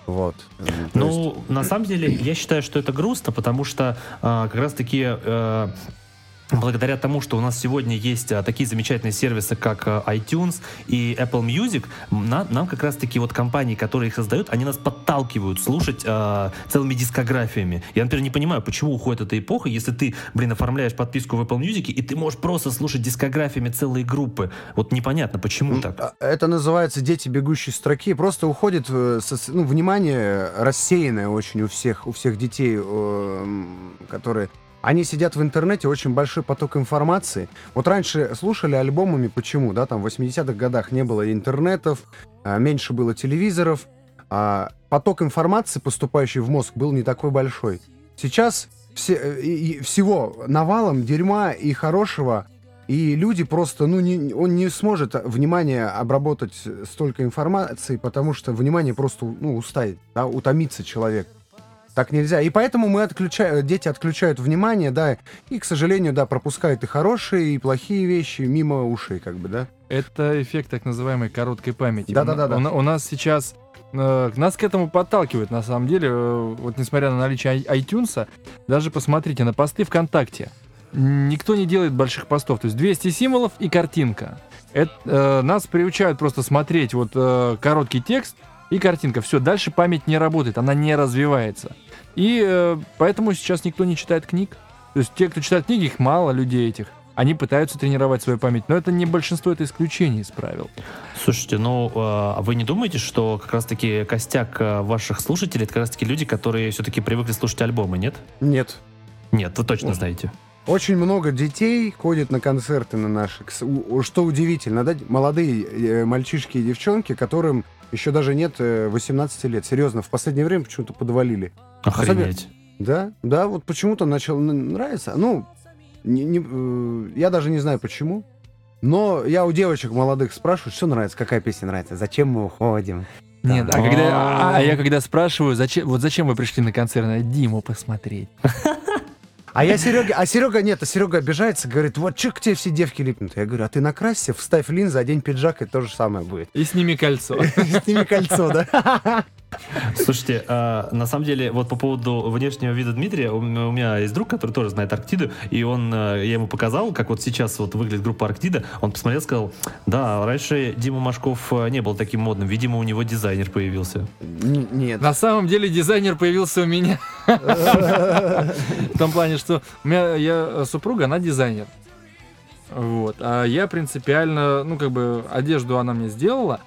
Вот. То есть- Ну, на самом деле, я считаю, что это грустно, потому что а, как раз-таки а, благодаря тому, что у нас сегодня есть а, такие замечательные сервисы, как а, iTunes и Apple Music, на- нам как раз-таки вот компании, которые их создают, они нас подталкивают слушать а, целыми дискографиями. Я, например, не понимаю, почему уходит эта эпоха, если ты, блин, оформляешь подписку в Apple Music, и ты можешь просто слушать дискографиями целые группы. Вот непонятно, почему так. А, Это называется «Дети бегущей строки». Просто уходит э, со- ну, внимание рассеянное очень у всех, у всех детей, э, м, которые... Они сидят в интернете, очень большой поток информации. Вот раньше слушали альбомами, почему, да, там в восьмидесятых годах не было интернетов, а, меньше было телевизоров, а поток информации, поступающий в мозг, был не такой большой. Сейчас все, э, и- и всего навалом дерьма и хорошего, и люди просто, ну, не, он не сможет внимание обработать столько информации, потому что внимание просто, ну, устает, да, утомится человек. Так нельзя. И поэтому мы отключаем, дети отключают внимание, да, и, к сожалению, да, пропускают и хорошие, и плохие вещи мимо ушей, как бы, да. Это эффект так называемой короткой памяти. Да-да-да-да. У, на- у нас сейчас... э, нас к этому подталкивает, на самом деле. Э, вот несмотря на наличие ай- iTunes, даже посмотрите на посты ВКонтакте. Никто не делает больших постов. То есть двести символов и картинка. Это, э, нас приучают просто смотреть вот э, короткий текст и картинка. Все, дальше память не работает, она не развивается. И э, поэтому сейчас никто не читает книг. То есть те, кто читает книги, их мало людей этих. Они пытаются тренировать свою память, но это не большинство, это исключение из правил. Слушайте, ну, а вы не думаете, что как раз-таки костяк а, ваших слушателей, это как раз-таки люди, которые все-таки привыкли слушать альбомы, нет? Нет. Нет, вы точно знаете. Очень много детей ходит на концерты на наши. Кс- у- Что удивительно, да, молодые э, мальчишки и девчонки, которым еще даже нет э, восемнадцати лет. Серьезно, в последнее время почему-то подвалили. Охренеть. Да, да, вот почему-то начал н- нравиться. Ну, не- не, э, я даже не знаю почему. Но я у девочек молодых спрашиваю, что нравится, какая песня нравится, зачем мы уходим. Нет, Да. а, когда, а, а я когда спрашиваю, зачем, вот зачем вы пришли на концерт, на Диму посмотреть? А я Серега, а Серега нет, а Серега обижается, говорит, вот что к тебе все девки липнут. Я говорю, а ты накрасься, вставь линзы, одень пиджак, и то же самое будет. И сними кольцо. Сними кольцо, да? Слушайте, а, на самом деле, вот по поводу внешнего вида Дмитрия, у, м- у меня есть друг, который тоже знает Арктиду, и он, а, я ему показал, как вот сейчас вот выглядит группа Арктида, он посмотрел, сказал, да, раньше Дима Машков а, не был таким модным, видимо, у него дизайнер появился. Н- Нет. На самом деле дизайнер появился у меня. В том плане, что у меня я супруга, она дизайнер. Вот. А я принципиально, ну, как бы, одежду она мне сделала,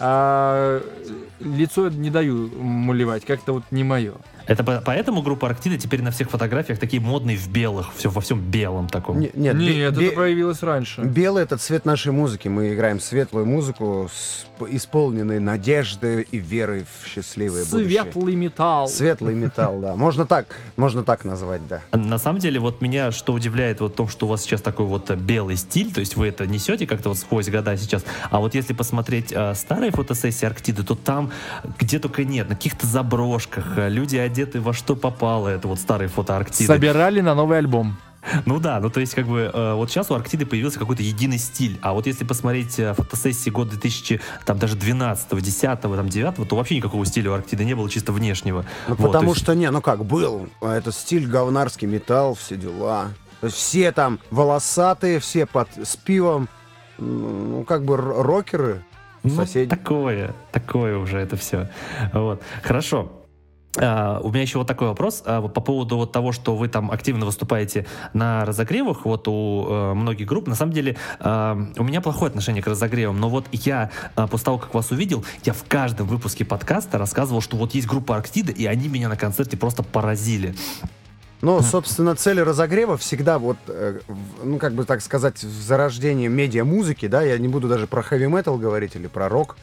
а лицо не даю мулевать, как-то вот не мое. Это по- поэтому группа Арктида теперь на всех фотографиях такие модные в белых, все во всем белом таком. Не- Нет, бе- Нет, бе- это проявилось раньше. белый — это цвет нашей музыки. Мы играем светлую музыку, с п- исполненной надежды и веры в счастливое будущее. Светлый металл. Светлый металл, да. Можно так, можно так назвать, да. На самом деле, вот меня что удивляет вот в том, что у вас сейчас такой вот э, белый стиль, то есть вы это несете как-то вот сквозь года сейчас, а вот если посмотреть э, старые фотосессии Арктиды, то там где только нет, на каких-то заброшках, э, люди одеты во что попало, это вот старые фото Арктиды. Собирали на новый альбом. Ну да, ну то есть как бы э, вот сейчас у Арктиды появился какой-то единый стиль, а вот если посмотреть э, фотосессии года две тысячи, там даже двенадцатого, десятого, там девятого, то вообще никакого стиля у Арктиды не было, чисто внешнего. Ну, Вот, потому то есть- что, не, ну как, был. а Это стиль говнарский металл, все дела. То есть все там волосатые, все под, с пивом. Ну, как бы р- рокеры, Ну, соседи. такое, такое уже это все. Вот. Хорошо. А, у меня еще вот такой вопрос а, вот по поводу вот того, что вы там активно выступаете на разогревах, вот у э, многих групп. На самом деле э, у меня плохое отношение к разогревам, но вот я э, после того, как вас увидел, я в каждом выпуске подкаста рассказывал, что вот есть группа Арктида, и они меня на концерте просто поразили. Ну, собственно, цель разогрева всегда вот, э, в- ну, как бы так сказать, в зарождении медиа-музыки, да, я не буду даже про хэви-метал говорить или про рок.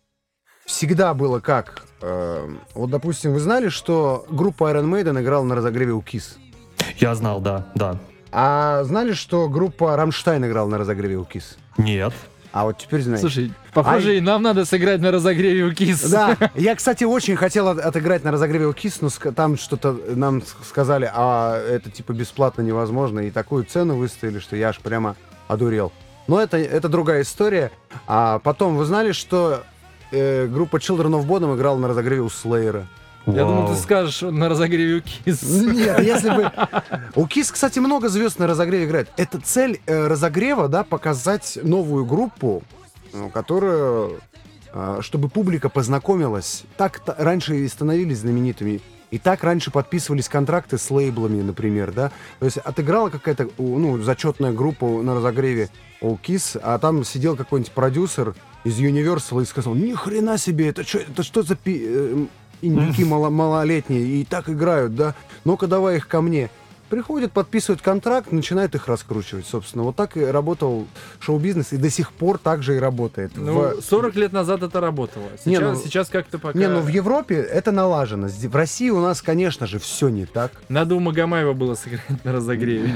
Всегда было как? Э, вот, допустим, вы знали, что группа Iron Maiden играла на разогреве у Kiss? Я знал, да, да. А знали, что группа Рамштайн играла на разогреве у Kiss? Нет. А вот теперь знаете. Слушай, похоже, Ай. и нам надо сыграть на разогреве у Кис. Да, я, кстати, очень хотел от- отыграть на разогреве у Kiss, но ска- там что-то нам с- сказали, а это типа бесплатно невозможно, и такую цену выставили, что я аж прямо одурел. Но это, это другая история. А потом, вы знали, что э, группа Children of Bodom играла на разогреве у Слеера. Я думал, Вау. ты скажешь на разогреве у Кис. Нет, если бы... У Кис, кстати, много звезд на разогреве играет. Это цель э, разогрева, да, показать новую группу, ну, которую... э, чтобы публика познакомилась. Так т- раньше и становились знаменитыми. И так раньше подписывались контракты с лейблами, например, да. То есть отыграла какая-то, ну, зачетная группа на разогреве у Кис, а там сидел какой-нибудь продюсер из Universal и сказал: ни хрена себе, это что, это что за пи... э, индюки мало- малолетние, и так играют, да? Ну-ка давай их ко мне. Приходят, подписывают контракт, начинают их раскручивать, собственно. Вот так и работал шоу-бизнес, и до сих пор так же и работает. Ну, В- сорок лет назад это работало. Сейчас, Не, ну- сейчас как-то пока... Не, ну в Европе это налажено. Зде- В России у нас, конечно же, все не так. Надо у Магомаева было сыграть на разогреве.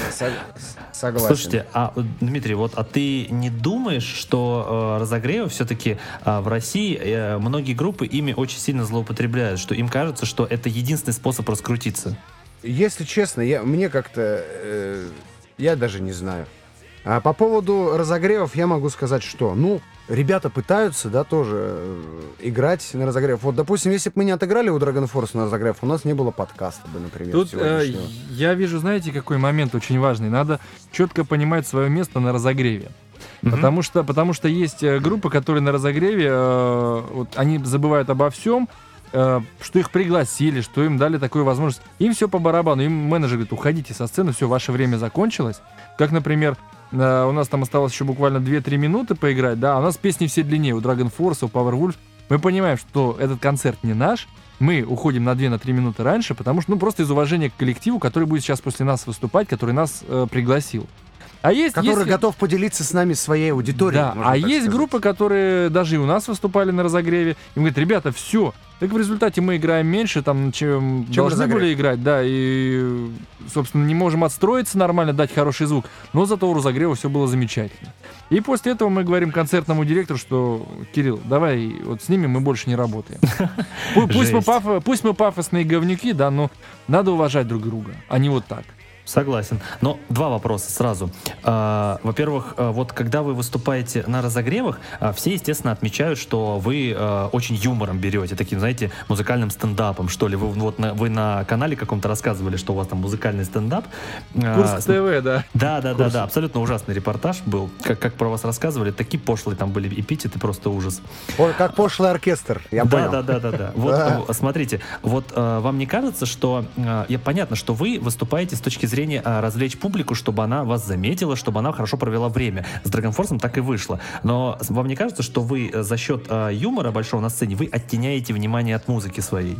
Согласен. Слушайте, а э, Дмитрий, вот, а ты не думаешь, что э, разогревы все-таки э, в России э, многие группы ими очень сильно злоупотребляют, что им кажется, что это единственный способ раскрутиться? Если честно, я, мне как-то... э, я даже не знаю. А по поводу разогревов я могу сказать, что, ну, ребята пытаются, да, тоже э, играть на разогрев. Вот, допустим, если бы мы не отыграли у Dragon Force на разогрев, у нас не было подкаста бы, например, Тут э, сегодняшнего. я вижу, знаете, какой момент очень важный. Надо четко понимать свое место на разогреве. Мгм. Потому что, потому что есть э, группы, которые на разогреве, э, вот, они забывают обо всем, э, что их пригласили, что им дали такую возможность. Им все по барабану. Им менеджер говорит: уходите со сцены, все, ваше время закончилось. Как, например, э, у нас там осталось еще буквально две-три минуты поиграть, да, а у нас песни все длиннее, у Dragon Force, у Powerwolf. Мы понимаем, что этот концерт не наш, мы уходим на две-три минуты раньше, потому что, ну, просто из уважения к коллективу, который будет сейчас после нас выступать, который нас э, пригласил. А есть, Который если- готов поделиться с нами своей аудиторией. Да, можно а так есть сказать. группы, которые даже и у нас выступали на разогреве. Им говорят: ребята, все. Так в результате мы играем меньше, там, чем, Чем должны разогрев. были играть, да, и, собственно, не можем отстроиться нормально, дать хороший звук, но зато у разогрева все было замечательно. И после этого мы говорим концертному директору, что: Кирилл, давай вот с ними мы больше не работаем. Пу- Пусть мы Жесть. пафо- пусть мы пафосные говнюки, да, но надо уважать друг друга, а не вот так. Согласен. Но два вопроса сразу. А, Во-первых, а, вот когда вы выступаете на разогревах, а, все, естественно, отмечают, что вы а, очень юмором берете, таким, знаете, музыкальным стендапом, что ли. Вы, вот на, вы на канале каком-то рассказывали, что у вас там музыкальный стендап. А, Курс ТВ, да. Да, да, да, Курс. да, абсолютно ужасный репортаж был. Как, как про вас рассказывали, такие пошлые там были эпитеты, просто ужас. О, как пошлый оркестр, я да, понял. да, да, да, да. Вот Да. э, смотрите, вот э, вам не кажется, что э, я понятно, что вы выступаете с точки зрения э, развлечь публику, чтобы она вас заметила, чтобы она хорошо провела время. С Dragon Force так и вышло. Но с- вам не кажется, что вы э, за счет э, юмора большого на сцене вы оттеняете внимание от музыки своей?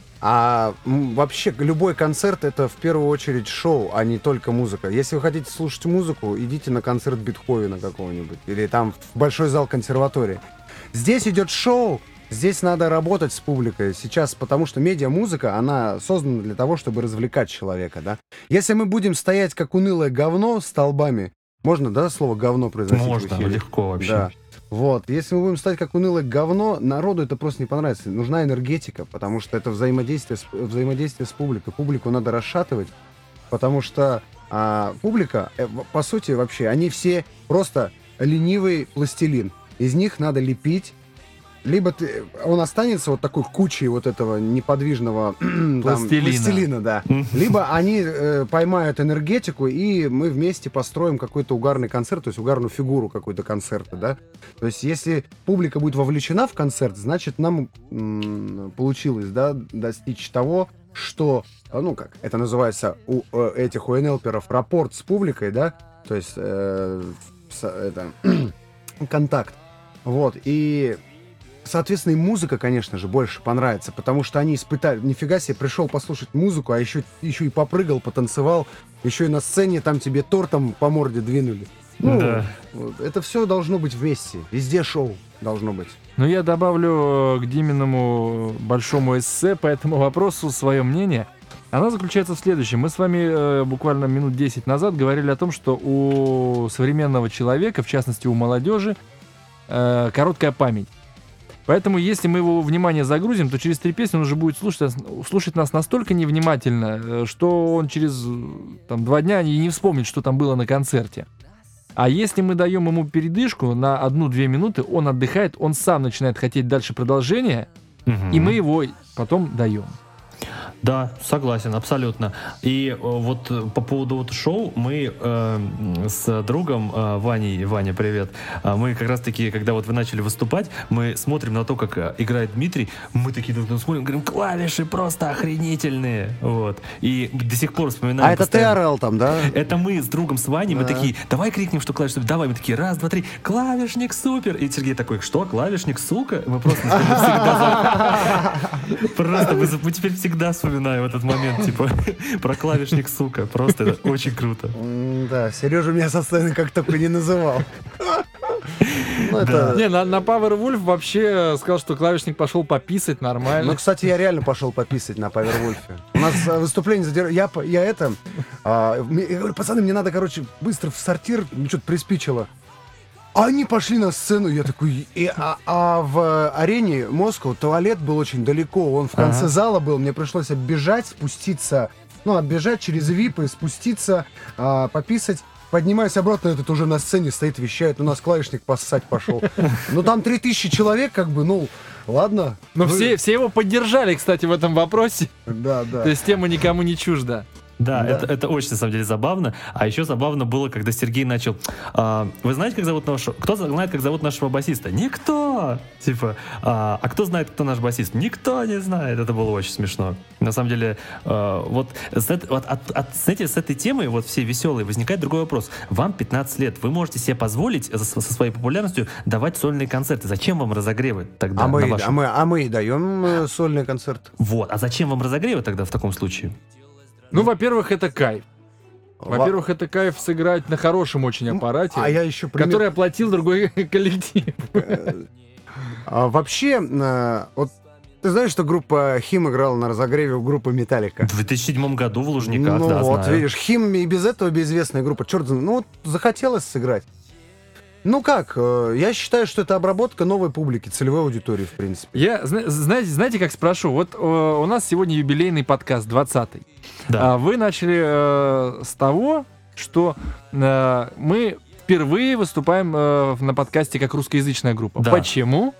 А м, вообще любой концерт — это в первую очередь шоу, а не только музыка. Если вы хотите слушать музыку, идите на концерт Бетховена какого-нибудь или там в большой зал консерватории. Здесь идет шоу, здесь надо работать с публикой сейчас, потому что медиа-музыка, она создана для того, чтобы развлекать человека, да. Если мы будем стоять как унылое говно столбами, можно, да, слово говно произносить в Можно, эфире? легко вообще. Да. Вот. Если мы будем стать как унылое говно, народу это просто не понравится. Нужна энергетика, потому что это взаимодействие с, взаимодействие с публикой. Публику надо расшатывать, потому что а, публика, э, в- по сути, вообще, они все просто ленивый пластилин. Из них надо лепить. Либо ты, он останется вот такой кучей вот этого неподвижного там, Пластилина. пластилина, да. Либо они э, поймают энергетику, и мы вместе построим какой-то угарный концерт, то есть угарную фигуру какой-то концерта, да. То есть если публика будет вовлечена в концерт, значит нам м, получилось, да, достичь того, что, э, ну как, это называется у э, этих у эн эл перов рапорт с публикой, да, то есть э, с- это, контакт. Вот, и соответственно, и музыка, конечно же, больше понравится, потому что они испытали, нифига себе, пришел послушать музыку, а еще, еще и попрыгал, потанцевал, еще и на сцене там тебе тортом по морде двинули. Ну, Да. вот, это все должно быть вместе, везде шоу должно быть. Но я добавлю э, к Диминому большому эссе по этому вопросу свое мнение. Оно заключается в следующем. Мы с вами э, буквально минут десять назад говорили о том, что у современного человека, в частности у молодежи, э, короткая память. Поэтому, если мы его внимание загрузим, то через три песни он уже будет слушать, нас- слушать нас настолько невнимательно, э, что он через э, там, два дня и не вспомнит, что там было на концерте. А если мы даем ему передышку на одну-две минуты, он отдыхает, он сам начинает хотеть дальше продолжения, Мгм. и мы его потом даем. Да, согласен, абсолютно. И э, вот э, по поводу вот шоу мы э, с другом э, Ваней, Ваня, привет, э, мы как раз-таки, когда вот вы начали выступать, мы смотрим на то, как э, играет Дмитрий, мы такие друг на друга смотрим, говорим, клавиши просто охренительные, вот. И до сих пор вспоминаем. А это ты постоянно. орал там, да? Это мы с другом с Ваней, мы Да. такие, давай крикнем, что клавишник супер, давай, мы такие, раз, два, три, клавишник супер. И Сергей такой, что, клавишник, сука? Мы просто всегда... Просто мы за- мы теперь всегда вспоминаем этот момент, типа, про клавишник, сука. Просто это очень круто. М, Да, Сережа меня со сцены как только не называл. Ну, это... Не, на, на Powerwolf вообще сказал, что клавишник пошел пописать Ну, нормально. кстати, я реально пошел пописать на Павервульфе. У нас э, выступление задержали. Я, по- я это... а, мне- я говорю, пацаны, мне надо, короче, быстро в сортир. Мне что-то приспичило. А они пошли на сцену, я такой... И, а, а в арене Москва туалет был очень далеко, он в конце Ага. зала был, мне пришлось оббежать, спуститься, ну, оббежать через випы, спуститься, а, пописать. Поднимаюсь обратно, этот уже на сцене стоит, вещает, у нас клавишник поссать пошел. Ну, там три тысячи человек, как бы, ну, ладно. Но Вы- все, все его поддержали, кстати, в этом вопросе. Да, да. То есть тема никому не чужда. Да, Да. Это, это очень, на самом деле, забавно. А еще забавно было, когда Сергей начал... а, вы знаете, как зовут нашего... Кто знает, как зовут нашего басиста? Никто! Типа, а, а кто знает, кто наш басист? Никто не знает. Это было очень смешно. На самом деле, а, вот, с, эт- вот от, от- знаете, с этой темой, вот всей веселой, возникает другой вопрос. Вам пятнадцать лет, вы можете себе позволить за- со своей популярностью давать сольные концерты. Зачем вам разогревы тогда? А на мы, вашем- а, мы, а мы и даем э, сольный концерт. Вот. А зачем вам разогревы тогда в таком случае? Ну, во-первых, это кайф. Во- Во-первых, это кайф сыграть на хорошем очень аппарате, А я еще пример- который оплатил другой коллектив. А, вообще, э, вот ты знаешь, что группа Хим играла на разогреве у группы Металлика? В две тысячи седьмом году в Лужниках, Ну да, вот, знаю. видишь, Хим и без этого безызвестная группа. Черт, знает, ну вот захотелось сыграть. Ну как, э, я считаю, что это обработка новой публики, целевой аудитории, в принципе. Я, зна- знаете, знаете, как спрошу? Вот э, у нас сегодня юбилейный подкаст, двадцатый. Да. А вы начали э, с того, что э, мы впервые выступаем э, на подкасте как русскоязычная группа. Да. Почему?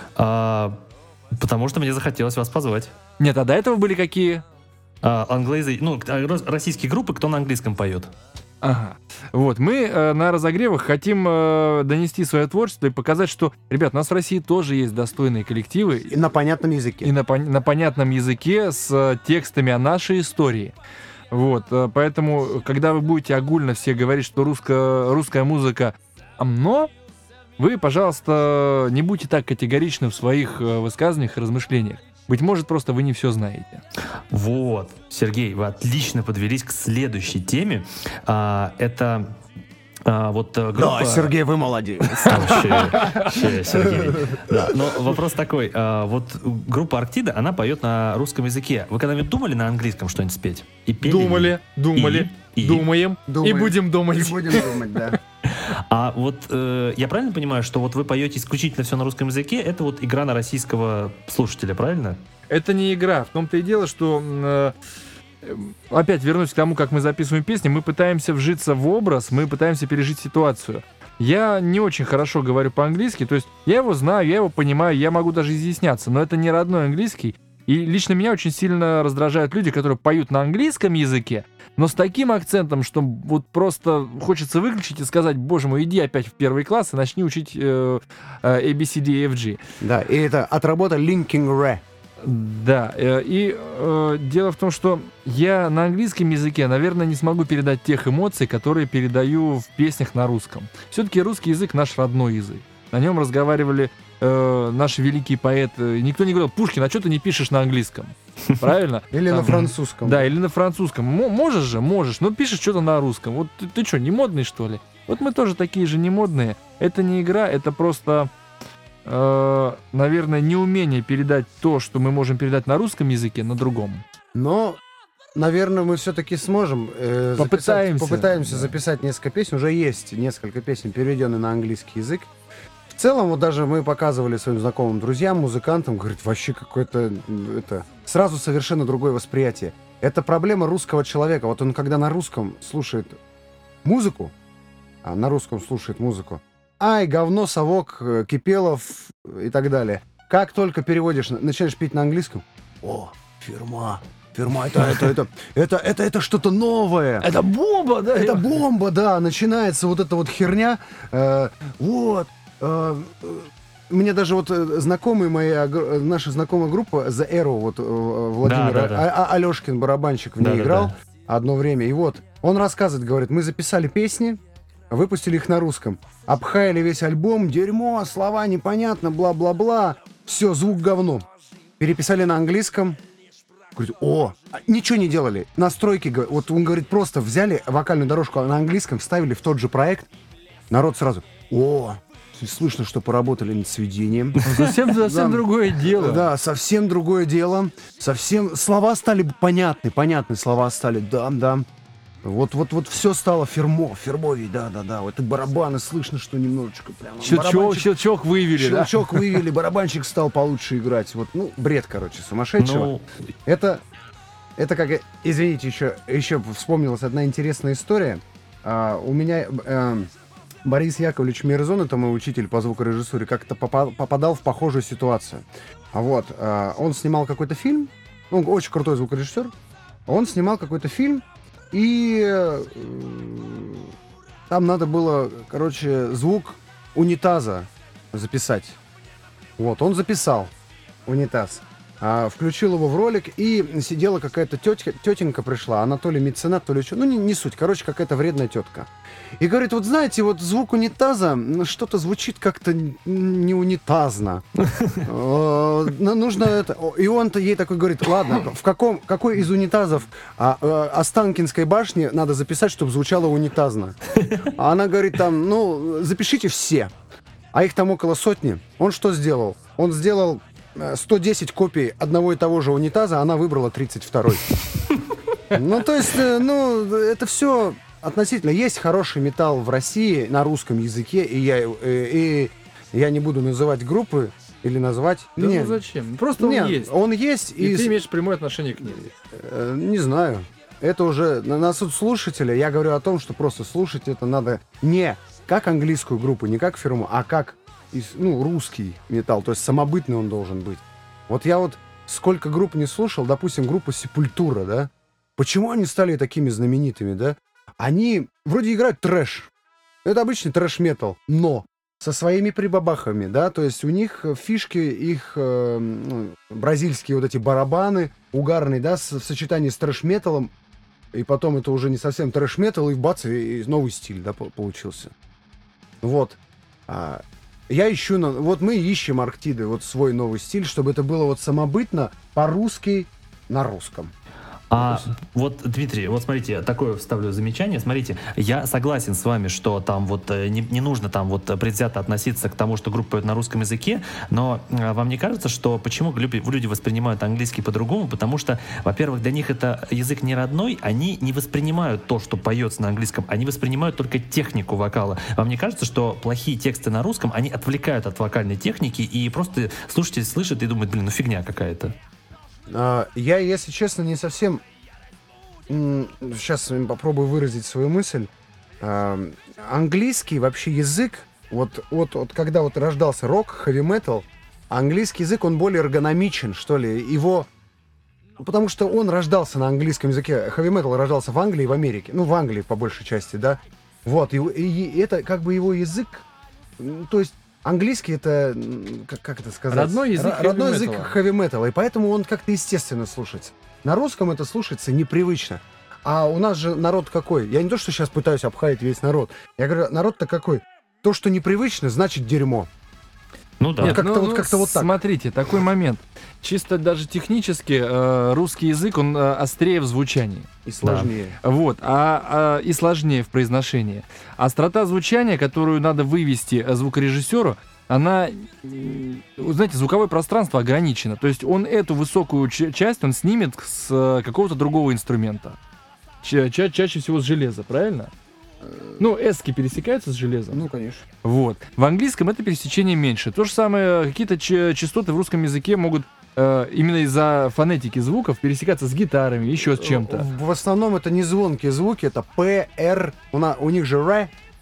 А, потому что мне захотелось вас позвать. Нет, а до этого были какие? А, англоязы- ну, а, рос- российские группы, кто на английском поет. Ага. Вот, мы э, на разогревах хотим э, донести свое творчество и показать, что, ребят, у нас в России тоже есть достойные коллективы И на понятном языке. и на, пон- на понятном языке с э, текстами о нашей истории. Вот, э, поэтому, когда вы будете огульно все говорить, что русско- русская музыка «амно», вы, пожалуйста, не будьте так категоричны в своих э, высказываниях и размышлениях. Быть может, просто вы не все знаете. Вот, Сергей, вы отлично подвелись к следующей теме. А, это а, вот э, группа... Да, Сергей, вы молодец. Вообще, вообще, Сергей. Да, но вопрос такой. а, вот группа Арктида, она поет на русском языке. Вы когда-нибудь думали на английском что-нибудь спеть? И пели ли? Думали, думали, И? И? думаем, Думаем. и будем думать. И будем думать, да. А вот э, я правильно понимаю, что вот вы поете исключительно все на русском языке, это вот игра на российского слушателя, правильно? Это не игра. В том-то и дело, что э, э, опять вернусь к тому, как мы записываем песни, мы пытаемся вжиться в образ, мы пытаемся пережить ситуацию. Я не очень хорошо говорю по-английски, то есть я его знаю, я его понимаю, я могу даже изъясняться, но это не родной английский. И лично меня очень сильно раздражают люди, которые поют на английском языке, но с таким акцентом, что вот просто хочется выключить и сказать: боже мой, иди опять в первый класс и начни учить э, э, A, B, C, D, E, F, G. Да, и это от работы Linking Re. Да, э, и э, дело в том, что я на английском языке, наверное, не смогу передать тех эмоций, которые передаю в песнях на русском. Все-таки русский язык наш родной язык. На нем разговаривали э, наши великие поэты. Никто не говорил: Пушкин, а что ты не пишешь на английском? Правильно? Или на Там- французском. Да, или на французском. Мо- можешь же, можешь, но пишешь что-то на русском. Вот ты, ты что, не модный, что ли? Вот мы тоже такие же не модные. Это не игра, это просто, э, наверное, неумение передать то, что мы можем передать на русском языке, на другом. Но, наверное, мы все-таки сможем э, записать- Попытаемся. попытаемся Да. записать несколько песен. Уже есть несколько песен, переведенные на английский язык. В целом, вот даже мы показывали своим знакомым друзьям, музыкантам, говорит, вообще какое-то, м, это, сразу совершенно другое восприятие. Это проблема русского человека. Вот он, когда на русском слушает музыку, а на русском слушает музыку. Ай, говно, совок, э, Кипелов и так далее. Как только переводишь, на- начинаешь петь на английском, о, фирма, фирма, это, это, это, это, это, это что-то новое. Это бомба, да? Это бомба, да, начинается вот эта вот херня. э, вот. э, э, Мне даже вот э, знакомые мои, агр- э, наша знакомая группа The Arrow, вот э, Владимир Да, да, да. А- А- Алешкин, барабанщик, в ней Да, да, играл да. одно время. И вот, он рассказывает, говорит, мы записали песни, выпустили их на русском, обхаяли весь альбом, дерьмо, слова непонятно, бла-бла-бла, все, звук говно. Переписали на английском. Говорит, о, а ничего не делали. Настройки, говор- вот он говорит, просто взяли вокальную дорожку на английском, вставили в тот же проект. Народ сразу, о, слышно, что поработали над сведением. Совсем, совсем Да. другое дело. Да, совсем другое дело. Совсем слова стали понятны, понятны слова стали. Да, да. Вот, вот, вот все стало фирмо, фирмовей, да, да, да. Вот и барабаны слышно, что немножечко прям. Щелчок, барабанчик- щелчок вывели, да? Щелчок вывели, барабанщик стал получше играть. Вот, ну, бред, короче, сумасшедшего. Ну, Это, это как, извините, еще, еще вспомнилась одна интересная история. А, у меня э, Борис Яковлевич Мирзон, это мой учитель по звукорежиссуре, как-то попа- попадал в похожую ситуацию. А вот, э, он снимал какой-то фильм, он очень крутой звукорежиссер, он снимал какой-то фильм, и э, там надо было, короче, звук унитаза записать. Вот, он записал унитаз. А, включил его в ролик, и сидела какая-то тетя, тетенька пришла, она то ли меценат, то ли что, ну не, не суть, короче, какая-то вредная тетка. И говорит, вот знаете, вот звук унитаза, ну, что-то звучит как-то н- не унитазно. Э, ну, нужно это... О, И он-то ей такой говорит, ладно, в каком, какой из унитазов а, э, Останкинской башни надо записать, чтобы звучало унитазно? А она говорит там, ну, запишите все. А их там около сотни. Он что сделал? Он сделал э, сто десять копий одного и того же унитаза, а она выбрала тридцать второй. Ну, то есть, э, ну, это все относительно. Есть хороший металл в России на русском языке, и я, э, и я не буду называть группы или назвать. Да Нет, ну зачем? Просто он нет, есть. он есть, И и, ты имеешь прямое отношение к ней. э, не знаю. Это уже на, на суд слушателя. Я говорю о том, что просто слушать это надо не как английскую группу, не как фирму, а как из- ну, русский металл. То есть самобытный он должен быть. Вот я вот сколько групп не слушал, допустим, группа Сепультура, да? Почему они стали такими знаменитыми, да? Они вроде играют трэш. Это обычный трэш-метал, но со своими прибабахами, да, то есть у них фишки, их э, ну, бразильские вот эти барабаны угарные, да, с- в сочетании с трэш-металом, и потом это уже не совсем трэш-метал, и бац, и, и новый стиль, да, по- получился. Вот. А, я ищу, на- вот мы ищем Арктиды, вот свой новый стиль, чтобы это было вот самобытно, по-русски, на русском. А вот, Дмитрий, вот смотрите, такое вставлю замечание. Смотрите, я согласен с вами, что там вот э, не, не нужно там вот предвзято относиться к тому, что группа поет на русском языке, но э, вам не кажется, что почему люди, люди воспринимают английский по-другому? Потому что, во-первых, для них это язык не родной, они не воспринимают то, что поется на английском, они воспринимают только технику вокала. Вам не кажется, что плохие тексты на русском, они отвлекают от вокальной техники, и просто слушатель слышит и думает, блин, ну фигня какая-то. А, Я, если честно, не совсем... Сейчас попробую выразить свою мысль. А, Английский вообще язык, вот, вот, вот когда вот рождался рок, хэви-метал, английский язык, он более эргономичен, что ли. Его... Потому что он рождался на английском языке. Хэви-метал рождался в Англии и в Америке. Ну, в Англии, по большей части, да. Вот, и, и это как бы его язык... м, То есть английский это, м, как, как это сказать? Родной язык Р- Родной язык хэви-металла. хэви-металла, и поэтому он как-то естественно слушается. На русском это слушается непривычно. А у нас же народ какой? Я не то, что сейчас пытаюсь обхаять весь народ. Я говорю, народ-то какой? То, что непривычно, значит дерьмо. Ну да. Нет, как-то вот- как-то вот так. Смотрите, такой момент. Чисто даже технически э, русский язык, он э, острее в звучании. И сложнее. Вот, а, а, и сложнее в произношении. Острота звучания, которую надо вывести э, звукорежиссеру, она, м, вы знаете, звуковое пространство ограничено. То есть он эту высокую ч- часть он снимет с э, какого-то другого инструмента. Ча- ча- чаще всего с железа, правильно? Ну, эски пересекаются с железом. Ну, конечно. Вот. В английском это пересечение меньше. То же самое, какие-то ч- частоты в русском языке могут э, именно из-за фонетики звуков пересекаться с гитарами, еще с чем-то. В, в основном это не звонкие звуки, это П, Р, у, на- у них же Р,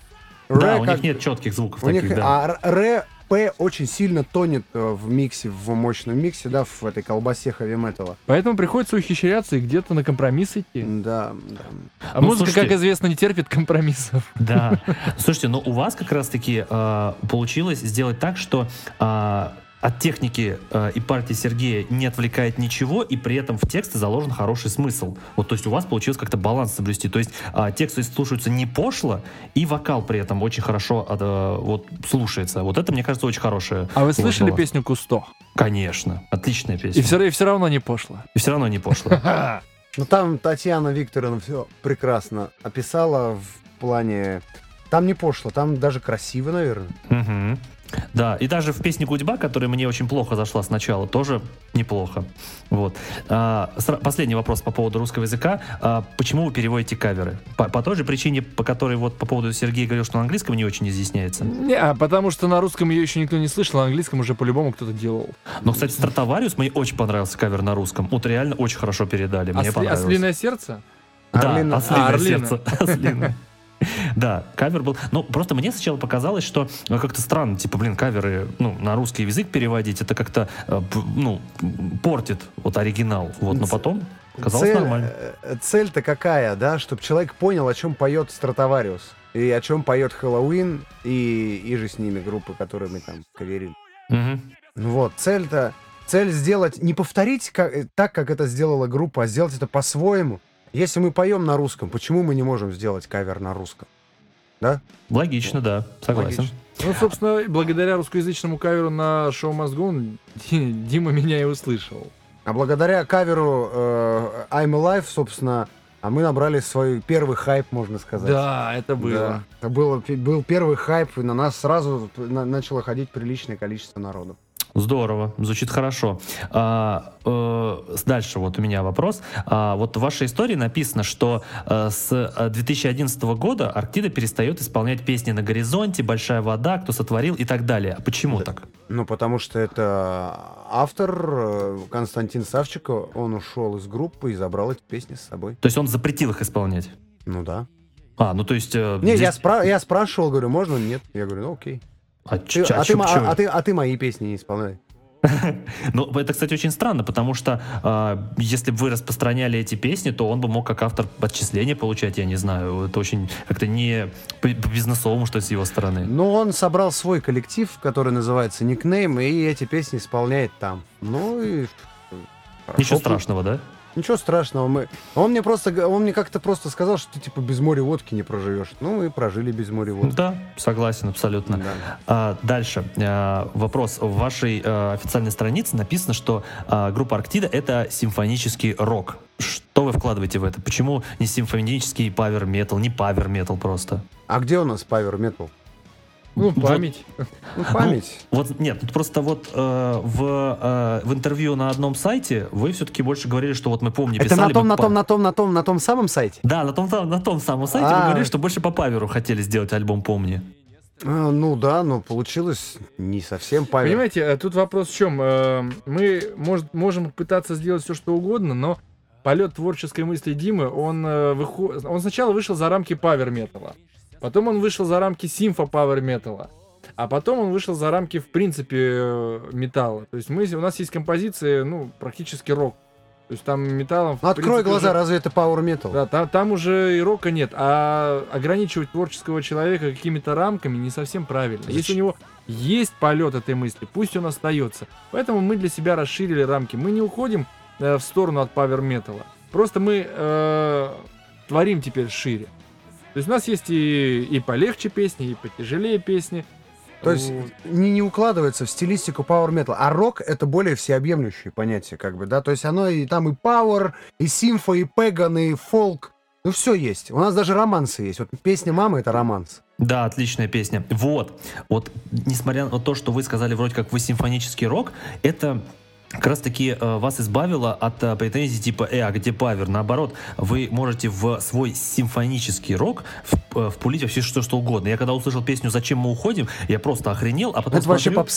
Да, Ре у как- них нет четких звуков У них, таких, да. а р- ре, п очень сильно тонет э, в миксе, в мощном миксе, да, в этой колбасе хэви-металла. Поэтому приходится ухищряться и где-то на компромисс идти. Да, да. А Ну, музыка, слушайте- как известно, не терпит компромиссов. Да. Слушайте, ну у вас как раз-таки э, получилось сделать так, что э, от техники э, и партии Сергея не отвлекает ничего, и при этом в тексте заложен хороший смысл. Вот, то есть у вас получилось как-то баланс соблюсти. То есть э, тексты слушаются не пошло, и вокал при этом очень хорошо э, вот, слушается. Вот это, мне кажется, очень хорошее. А вы слышали вот, песню «Кусто»? Конечно. Отличная песня. И все, и все равно не пошло. И все равно не пошло. Ну там Татьяна Викторовна все прекрасно описала в плане... Там не пошло, там даже красиво, наверное. Мгм. Да, и даже в песне «Гудьба», которая мне очень плохо зашла сначала, тоже неплохо. Вот. А, сра- последний вопрос по поводу русского языка. А, почему вы переводите каверы? По, по той же причине, по которой вот по поводу Сергея говорил, что на английском не очень изъясняется. Не, а потому что на русском ее еще никто не слышал, а на английском уже по-любому кто-то делал. Но, кстати, «Стратовариус» мне очень понравился кавер на русском. Вот реально очень хорошо передали. Мне Осли- понравилось. «Ослиное сердце»? Да, Орлино- «Ослиное А, «Орлино». сердце». «Ослиное». Да, кавер был. Но просто мне сначала показалось, что ну, как-то странно, типа, блин, каверы ну, на русский язык переводить, это как-то э, п- ну, портит вот оригинал. Вот, но потом казалось Цель- нормально. э, Цель-то какая, да? Чтобы человек понял, о чем поет Стратовариус. И о чем поет Хэллоуин, и, и же с ними группы, которые мы там каверим. Мгм. Ну вот, цель-то... Цель сделать, не повторить как, э, так, как это сделала группа, а сделать это по-своему. Если мы поем на русском, почему мы не можем сделать кавер на русском? Да? Логично, да, согласен. Логично. Ну, собственно, благодаря русскоязычному каверу на шоу Must Go On Ди- Дима меня и услышал. А благодаря каверу э, I'm Alive, собственно, а мы набрали свой первый хайп, можно сказать. Да, это было. Да. Это было, был первый хайп, и на нас сразу на- начало ходить приличное количество народу. Здорово, звучит хорошо. А, э, с- дальше вот у меня вопрос. А, вот в вашей истории написано, что э, с э, две тысячи одиннадцатого года Арктида перестает исполнять песни «На горизонте», «Большая вода», «Кто сотворил» и так далее. А почему так? Ну, потому что это автор э, Константин Савченко, он ушел из группы и забрал эти песни с собой. То есть он запретил их исполнять? Ну да. А, ну то есть... э, Не, я, здесь- спра- я спрашивал, говорю, можно? Нет. Я говорю, ну окей. А, Ты- ч- а, а ты, чё- мо- чё- а ты- а ты мои песни не исполняй. Ну, это, кстати, очень странно, потому что э, если бы вы распространяли эти песни, то он бы мог как автор отчисления получать, я не знаю. Это очень как-то не по- по-бизнесовому, что ли, с его стороны. Ну, он собрал свой коллектив, который называется Никнейм, и эти песни исполняет там. Ну и... хорошо. Ничего страшного, да? Ничего страшного. Мы... Он мне просто, г- он мне как-то просто сказал, что ты типа без моря водки не проживешь. Ну, мы прожили без моря водки. Да, согласен, абсолютно. Да. А, дальше. А, вопрос. В вашей а, официальной странице написано, что а, группа Арктида — это симфонический рок. Что вы вкладываете в это? Почему не симфонический павер-метал, не павер-метал просто? А где у нас Power Metal? Ну, Вот. память. Ну, память. Вот нет, тут просто вот э, в, э, в интервью на одном сайте вы все-таки больше говорили, что вот мы помним, Это писали на том, бы на по- том, на том, на том, на том самом сайте? Да, на том, на том самом сайте А. вы говорили, что больше по паверу хотели сделать альбом «Помни». А, ну да, но получилось не совсем Power. Понимаете, э, тут вопрос в чем? Э, Мы может, можем пытаться сделать все, что угодно, но полет творческой мысли Димы, он, э, выхо- он сначала вышел за рамки павер-металла, потом он вышел за рамки симфо-павер-металла, а потом он вышел за рамки, в принципе, э, металла. То есть мы, у нас есть композиции, ну, практически рок. То есть там металлом... в Ну, открой принципе, глаза, уже- разве это Power Metal? Да, там, там уже и рока нет, а ограничивать творческого человека какими-то рамками не совсем правильно. Если у него есть полет этой мысли, пусть он остается. Поэтому мы для себя расширили рамки. Мы не уходим э, в сторону от павер-металла. Просто мы э, творим теперь шире. То есть у нас есть и, и полегче песни, и потяжелее песни. То есть Вот. не, не укладывается в стилистику Power Metal. А рок — это более всеобъемлющее понятие, как бы, да? То есть оно и там и Power, и симфо, и пэган, и фолк. Ну, все есть. У нас даже романсы есть. Вот песня «Мама» — это романс. Да, отличная песня. Вот. Вот, несмотря на то, что вы сказали вроде как вы симфонический рок, это как раз таки э, вас избавило от э, претензий типа «э, а где павер?» Наоборот, вы можете в свой симфонический рок в- э, впулить вообще что, что угодно. Я когда услышал песню «Зачем мы уходим?», я просто охренел, а потом Это вообще смотрю- попса.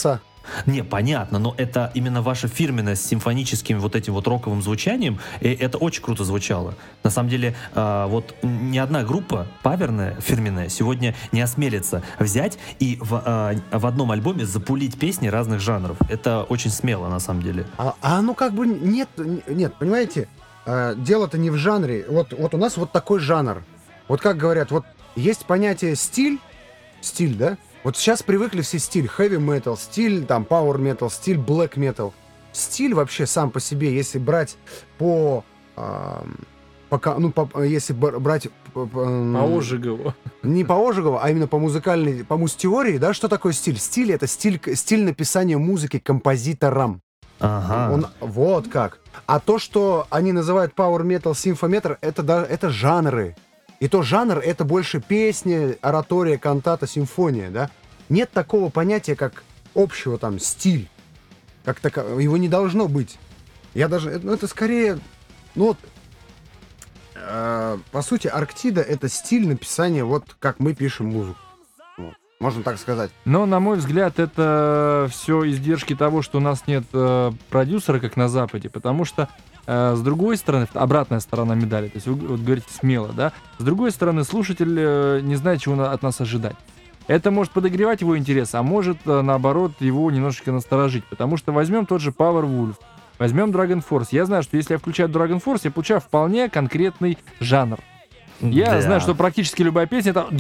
Не, понятно, но это именно ваша фирменная с симфоническим вот этим вот роковым звучанием, и это очень круто звучало. На самом деле, э, вот ни одна группа паверная, фирменная, сегодня не осмелится взять и в, э, в одном альбоме запулить песни разных жанров. Это очень смело, на самом деле. А, а ну как бы нет, нет, понимаете, э, дело-то не в жанре. Вот, вот у нас вот такой жанр. Вот как говорят, вот есть понятие стиль, стиль, да? Вот сейчас привыкли все стиль heavy metal, стиль там power metal, стиль black metal. Стиль вообще сам по себе, если брать по, э, по ну по, если брать по, по, По Ожегову. не по Ожегову, а именно по музыкальной, по муз-теории, да, что такое стиль? Стиль — это стиль, стиль написания музыки композитором. Ага. Он, вот как. А то, что они называют power metal, симфометр, это, да, это жанры. И то жанр — это больше песни, оратория, кантата, симфония, да? Нет такого понятия, как общего там стиль. Как такового. Его не должно быть. Я даже... Ну, это скорее... Ну, вот... Э, по сути, Арктида — это стиль написания, вот как мы пишем музыку. Вот. Можно так сказать. Но, на мой взгляд, это все издержки того, что у нас нет э, продюсера, как на Западе, потому что э, с другой стороны, обратная сторона медали, то есть вы вот говорите смело, да, с другой стороны, слушатель э, не знает, чего на, от нас ожидать. Это может подогревать его интерес, а может, э, наоборот, его немножечко насторожить, потому что возьмем тот же Powerwolf, возьмем Dragon Force. Я знаю, что если я включаю Dragon Force, я получаю вполне конкретный жанр. Я Да. знаю, что практически любая песня это...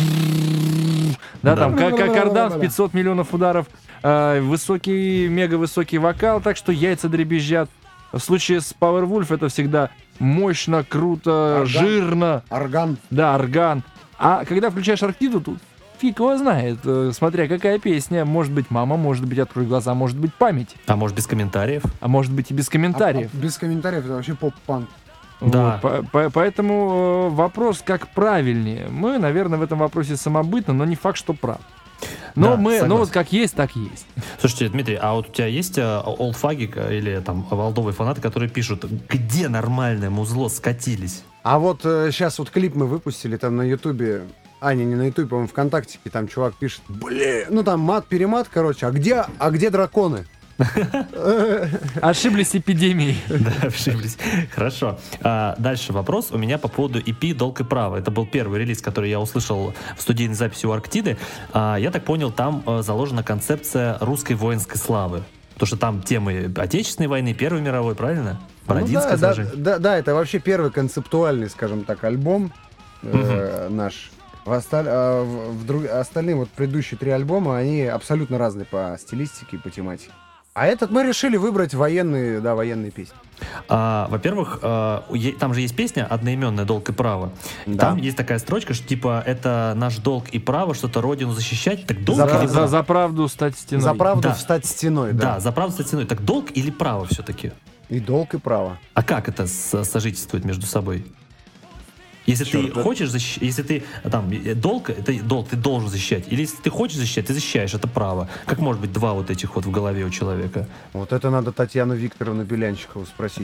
Да, Да. там как аккордан в пятьсот миллионов ударов, э, высокий, мега-высокий вокал, так что яйца дребезжат. В случае с Powerwolf это всегда мощно, круто, Орган. жирно. Орган. Да, орган. А когда включаешь Арктиду, тут фиг его знает, э, смотря какая песня. Может быть «Мама», может быть «Открой глаза», может быть «Память», А может, без комментариев? а может быть и без комментариев. А- а без комментариев это вообще поп-панк. Да. Вот, по- по- поэтому э, вопрос, как правильнее. Мы, наверное, в этом вопросе самобытны, но не факт, что прав. Но Да, мы, согласен. ну вот как есть, так и есть. Слушайте, Дмитрий, а вот у тебя есть э, олдфаги или там олдовые фанаты, которые пишут, где нормальное музло скатились? А вот сейчас вот клип мы выпустили там на Ютубе. А, не, не на Ютубе, по-моему, ВКонтактике, там чувак пишет, блин, ну там мат-перемат, короче, а где, а где драконы? Ошиблись эпидемией. Да, ошиблись. Хорошо. А, дальше вопрос у меня по поводу и пи «Долг и право». Это был первый релиз, который я услышал в студийной записи у Арктиды. А, я так понял, там а, заложена концепция русской воинской славы. Потому что там темы Отечественной войны, Первой мировой, правильно? Бородинское Ну да, да, сражение. да, да, это вообще первый концептуальный, скажем так, альбом э, наш. В осталь- а, в- в друг- остальные вот предыдущие три альбома, они абсолютно разные по стилистике и по тематике. А этот мы решили выбрать военные, да, военные песни. А, во-первых, а, е- там же есть песня одноименная «Долг и право». Да. Там есть такая строчка, что типа это наш долг и право что-то родину защищать. Так долг За или За, правду. за- право? за правду стать стеной. За правду Да. встать стеной, Да, да. за правду стать стеной. Так долг или право все-таки? И долг, и право. А как это со- сожительствует между собой? Если Чёрт, ты это- хочешь защищать, если ты там э, долг, это долг, ты должен защищать. Или если ты хочешь защищать, ты защищаешь, это право. Как может быть два вот этих вот в голове у человека? Вот это надо Татьяну Викторовну Белянчикову спросить.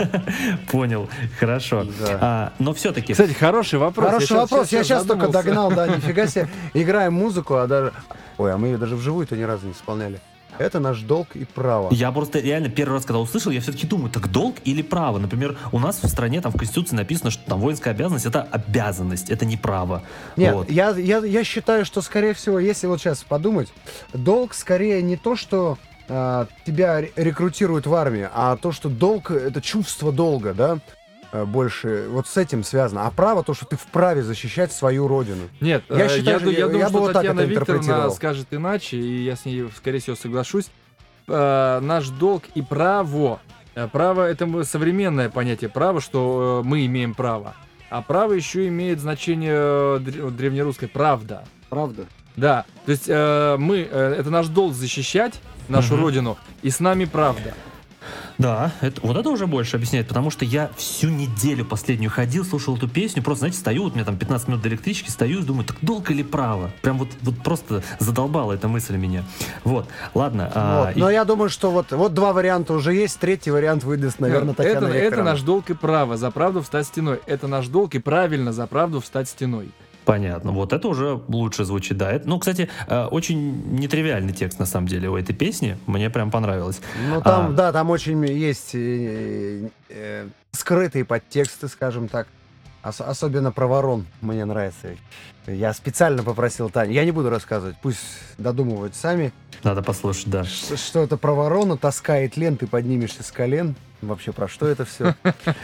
Понял, хорошо. Да. А, но все-таки. Кстати, хороший вопрос. Хороший щас- вопрос, я щас сейчас только задумался. догнал, да, нифига себе. Играем музыку, а даже... Ой, а мы ее даже вживую-то ни разу не исполняли. Это наш долг и право. Я просто реально первый раз, когда услышал, я все-таки думаю, так долг или право? Например, у нас в стране там в Конституции написано, что там воинская обязанность — это обязанность, это не право. Нет, Вот. я, я, я считаю, что, скорее всего, если вот сейчас подумать, долг скорее не то, что а, тебя ре- рекрутируют в армию, а то, что долг — это чувство долга, да, а, больше вот с этим связано. А право — то, что ты вправе защищать свою родину. Нет, Я э, считаю, ду- я- я думаю, я бы что вот так Татьяна это Викторовна интерпретировал. скажет иначе, и я с ней, скорее всего, соглашусь. Э, наш долг и право. Э, Право — это мы- современное понятие право, что э, мы имеем право. А право еще имеет значение э, дре- древнерусской правда. Правда? Да, то есть э, мы, э, это наш долг защищать нашу Мгм. родину, и с нами правда. Да, это, вот это уже больше объясняет, потому что я всю неделю последнюю ходил, слушал эту песню, просто, знаете, стою, вот у меня там пятнадцать минут до электрички, стою и думаю, так долг или право? Прям вот, вот просто задолбала эта мысль меня. Вот, ладно. а, Вот. и- Но я думаю, что вот, вот два варианта уже есть, третий вариант выдаст, наверное, это, Татьяна это Викторовна. наш долг и право, за правду встать стеной. Это наш долг и правильно за правду встать стеной. Понятно. Вот это уже лучше звучит, да. Это, ну, кстати, э, очень нетривиальный текст, на самом деле, у этой песни. Мне прям понравилось. Ну, там, А, да, там очень есть э, э, скрытые подтексты, скажем так. Ос- особенно про ворон мне нравится. Я специально попросил Таню. Я не буду рассказывать, пусть додумывают сами. Надо послушать, да. Ш- Что это про ворону, таскает лен, ты поднимешься с колен. Вообще, про что это все?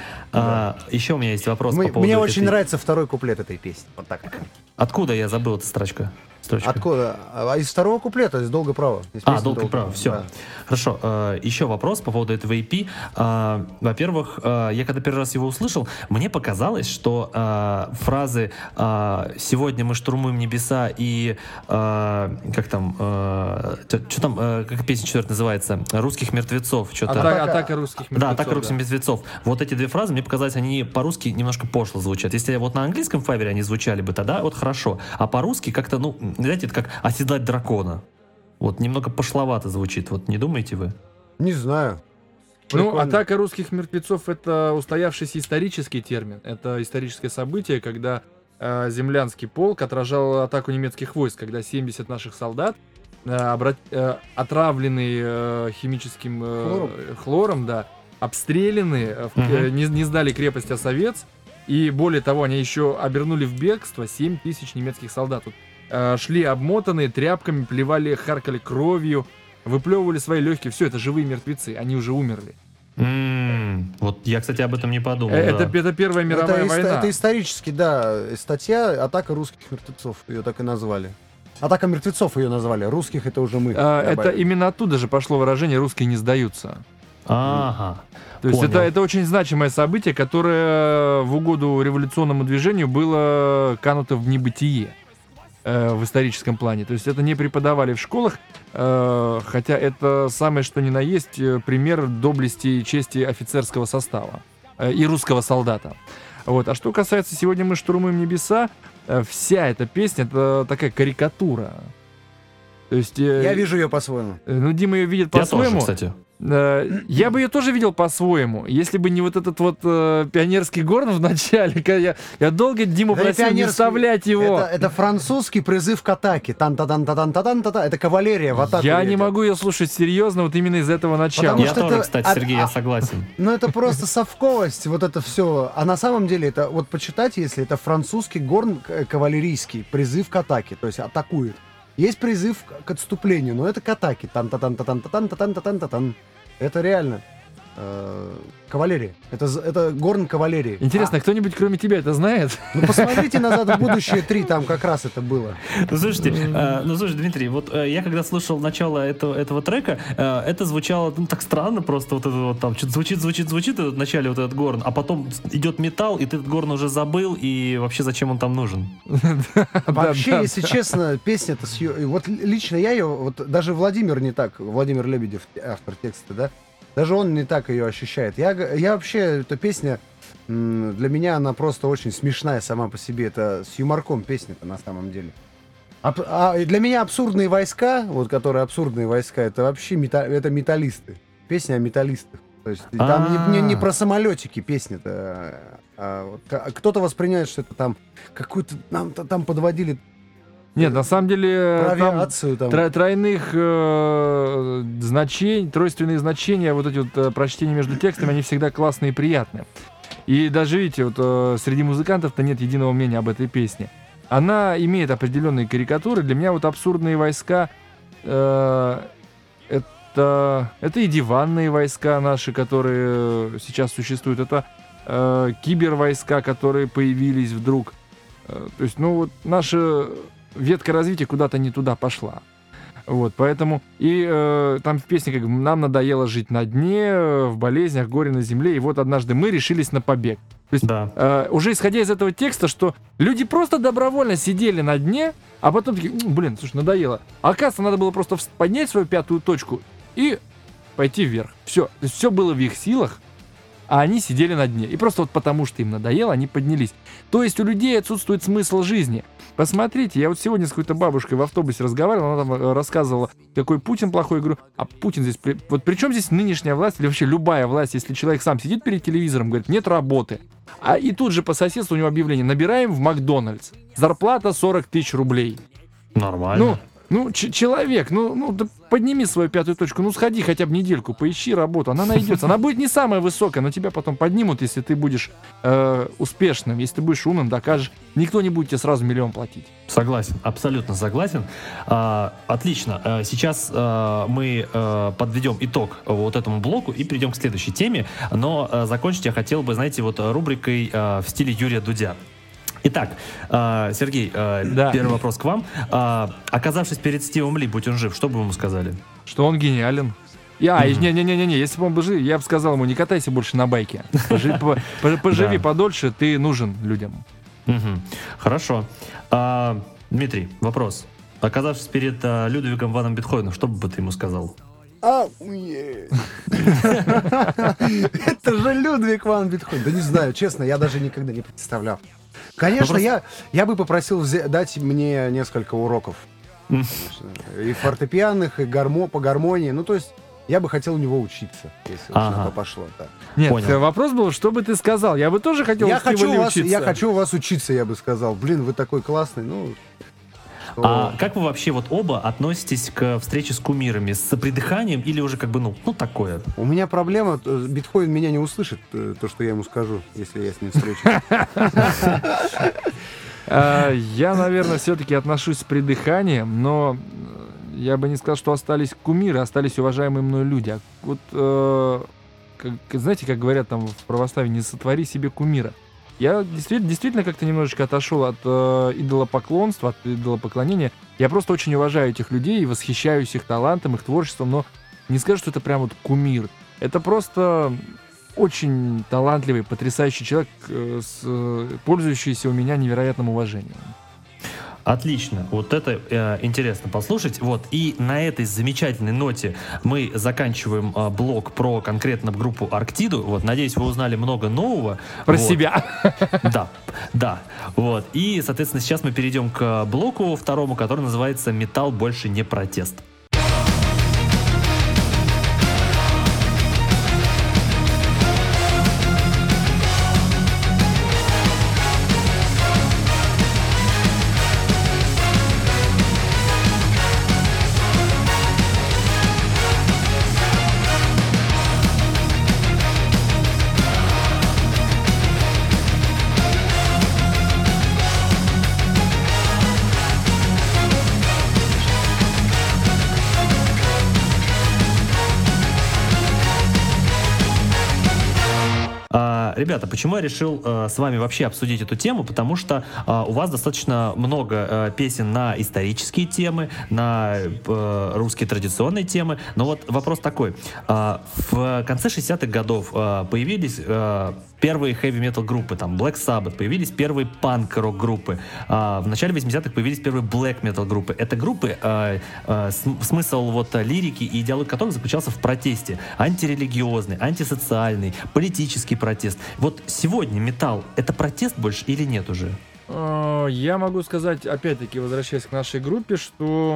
А, еще у меня есть вопрос по поводу Мне очень этой- нравится второй куплет этой песни. Вот так. Откуда я забыл эту строчка? Строчка. Откуда? А из второго куплета, из «Долго право». Из А, песни долго право, все. Да. Хорошо. э, еще вопрос по поводу этого и пи. Э, во-первых, э, я когда первый раз его услышал, мне показалось, что э, фразы э, «Сегодня мы штурмуем небеса» и э, как там, э, что там, э, как песня четвертая называется? «Русских мертвецов». Что-то. Атака, атака русских мертвецов. Да, «Атака русских да. мертвецов». Вот эти две фразы, мне показалось, они по-русски немножко пошло звучат. Если вот на английском фавере они звучали бы, тогда вот хорошо. А по-русски как-то, ну, знаете, это как «оседлать дракона». Вот немного пошловато звучит. Вот не думаете вы? Не знаю. Ну, Прикольно. атака русских мертвецов — это устоявшийся исторический термин. Это историческое событие, когда э, землянский полк отражал атаку немецких войск, когда семьдесят наших солдат, э, обрат- э, отравленные э, химическим э, Хлором. хлором, да, обстреляны, э, в- Мгм. э, не, не сдали крепость Осовец, и более того, они еще обернули в бегство семь тысяч немецких солдат. Вот, э, шли обмотанные тряпками, плевали, харкали кровью, выплевывали свои легкие. Все, это живые мертвецы, они уже умерли. М, Вот я, кстати, об этом не подумал. Э, это, да. это Первая мировая это, ист- война. это исторически, да, статья «Атака русских мертвецов». Ее так и назвали. «Атака мертвецов» ее назвали. Русских это уже мы. А, это добавили. именно оттуда же пошло выражение «русские не сдаются». Ага. То есть Понял. это, это очень значимое событие, которое в угоду революционному движению было кануто в небытие э, в историческом плане. То есть это не преподавали в школах, э, хотя это самое что ни на есть э, пример доблести и чести офицерского состава э, и русского солдата. Вот. А что касается «Сегодня мы штурмуем небеса», э, вся эта песня — это такая карикатура. То есть, э, Я вижу ее по-своему. э, ну, Дима ее видит Я тоже, по-своему. кстати. Э, Я бы ее тоже видел по-своему, если бы не вот этот вот э, пионерский горн в начале. когда Я, я долго Диму Да не просил не пионерский, вставлять его. Это, это французский призыв к атаке. тан та тан та тан та тан та та Это кавалерия в атаку. Я не едет. могу ее слушать серьезно вот именно из этого начала. Потому Я что тоже, это- кстати, а- Сергей, а- я согласен. Ну, это просто совковость, вот это все. А на самом деле, это вот почитать, если это французский горн к- кавалерийский, призыв к атаке, то есть атакует. Есть призыв к- к отступлению, но это к атаке. тан та тан та тан та тан та тан та тан та тан Это реально э, кавалерия. Это, з- это горн кавалерии. Интересно, а кто-нибудь кроме тебя это знает? А, ну, посмотрите «Назад в будущее три», там как раз это было. Ну, слушайте, э, ну, слушай, Дмитрий, вот э, я когда слышал начало этого, этого трека, э, это звучало ну, так странно просто, вот это вот там, что-то звучит, звучит, звучит, в начале вот этот горн, а потом идет металл, и ты этот горн уже забыл, и вообще зачем он там нужен? Вообще, Да, да, если честно, песня-то с ё- вот л- лично я ее, вот даже Владимир не так, Владимир Лебедев, автор текста, да, даже он не так ее ощущает. Я, г- я вообще, эта песня, м, для меня она просто очень смешная сама по себе. Это с юморком песня-то на самом деле. Аб- а и для меня абсурдные войска, вот которые абсурдные войска, это вообще мета- это металлисты. Песня о металлистах. То есть там не, не- не про самолетики песня-то. а вот к- кто-то воспринимает, что это там какой-то нам т- там подводили Нет, на самом деле про там авиацию там. тро- тройных э, значений, тройственные значения, вот эти вот э, прочтения между текстами, они всегда классные и приятные. И даже, видите, вот э, среди музыкантов-то нет единого мнения об этой песне. Она имеет определенные карикатуры. Для меня вот абсурдные войска э, это, это и диванные войска наши, которые сейчас существуют. Это э, кибервойска, которые появились вдруг. Э, то есть, ну вот наша ветка развития куда-то не туда пошла. Вот, поэтому и э, там в песне как бы нам надоело жить на дне, э, в болезнях, горе на земле, и вот однажды мы решились на побег. То есть Да. э, уже исходя из этого текста, что люди просто добровольно сидели на дне, а потом такие, «М, блин, слушай, надоело. А оказывается, надо было просто вс- поднять свою пятую точку и пойти вверх. Все, то есть все было в их силах, а они сидели на дне. И просто вот потому, что им надоело, они поднялись. То есть у людей отсутствует смысл жизни. Посмотрите, я вот сегодня с какой-то бабушкой в автобусе разговаривал, она там э, рассказывала, какой Путин плохой. Я говорю, а Путин здесь... При... Вот при чем здесь нынешняя власть или вообще любая власть, если человек сам сидит перед телевизором, говорит, нет работы. А и тут же по соседству у него объявление, набираем в Макдональдс. Зарплата сорок тысяч рублей. Нормально. Ну, ну ч- человек, ну, ну да подними свою пятую точку, ну сходи хотя бы недельку, поищи работу, она найдется. Она будет не самая высокая, но тебя потом поднимут, если ты будешь э, успешным, если ты будешь умным, докажешь. Никто не будет тебе сразу миллион платить. Согласен, абсолютно согласен. А, отлично. А, сейчас а, мы а, подведем итог вот этому блоку и перейдем к следующей теме. Но а, закончить я хотел бы, знаете, вот рубрикой а, в стиле Юрия Дудя. Итак, э, Сергей, э, Да. первый вопрос к вам. Э, оказавшись перед Стивом Ли, будь он жив, что бы вы ему сказали? Что он гениален. Я, Мгм. не-не-не-не, если бы он был жив, я бы сказал ему, не катайся больше на байке. Пожи- по- по- Поживи Да. подольше, ты нужен людям. Мгм. Хорошо. А, Дмитрий, вопрос. Оказавшись перед а, Людвигом ваном Бетховеном, что бы ты ему сказал? Охуеть. Это же Людвиг ван Бетховен. Да не знаю, честно, я даже никогда не представлял. Конечно, просто- я, я бы попросил взя- дать мне несколько уроков. М. Конечно. И фортепианных, и гармо, по гармонии. Ну, то есть, я бы хотел у него учиться, если уж Ага. на то пошло. Да. Нет, Понял. э, вопрос был, что бы ты сказал? Я бы тоже хотел Я у Стива хочу, Ли у вас, учиться. я хочу у вас учиться, я бы сказал. Блин, вы такой классный. Ну, что- А как вы вообще вот оба относитесь к встрече с кумирами? С придыханием или уже как бы, ну, ну такое? У меня проблема, э, Бетховен меня не услышит, э, то, что я ему скажу, если я с ним встречусь. А, Я, наверное, все-таки отношусь с придыханием, но э, я бы не сказал, что остались кумиры, остались уважаемые мной люди. А вот, э, как- знаете, как говорят там в православии, не сотвори себе кумира. Я действительно, действительно как-то немножечко отошел от э, идолопоклонства, от идолопоклонения. Я просто очень уважаю этих людей и восхищаюсь их талантом, их творчеством, но не скажу, что это прям вот кумир. Это просто очень талантливый, потрясающий человек, э, с, э, пользующийся у меня невероятным уважением. Отлично, вот это э, интересно послушать. Вот, и на этой замечательной ноте мы заканчиваем э, блог про конкретно группу Арктиду. Вот, надеюсь, вы узнали много нового. Про Вот. себя. Да, да. Вот. И, соответственно, сейчас мы перейдем к блоку второму, который называется «Металл больше не протест». А, Ребята, почему я решил э, с вами вообще обсудить эту тему? Потому что э, у вас достаточно много э, песен на исторические темы, на э, русские традиционные темы. Но вот вопрос такой. Э, в конце шестидесятых годов э, появились э, первые хэви-метал группы, там Black Sabbath, появились первые панк-рок группы. Э, в начале восьмидесятых появились первые black-metal группы. Это группы, э, э, см- смысл вот э, лирики и идеологии которых заключался в протесте. Антирелигиозный, антисоциальный, политический протест. Вот сегодня металл — это протест больше или нет уже? Э, Я могу сказать, опять-таки, возвращаясь к нашей группе, что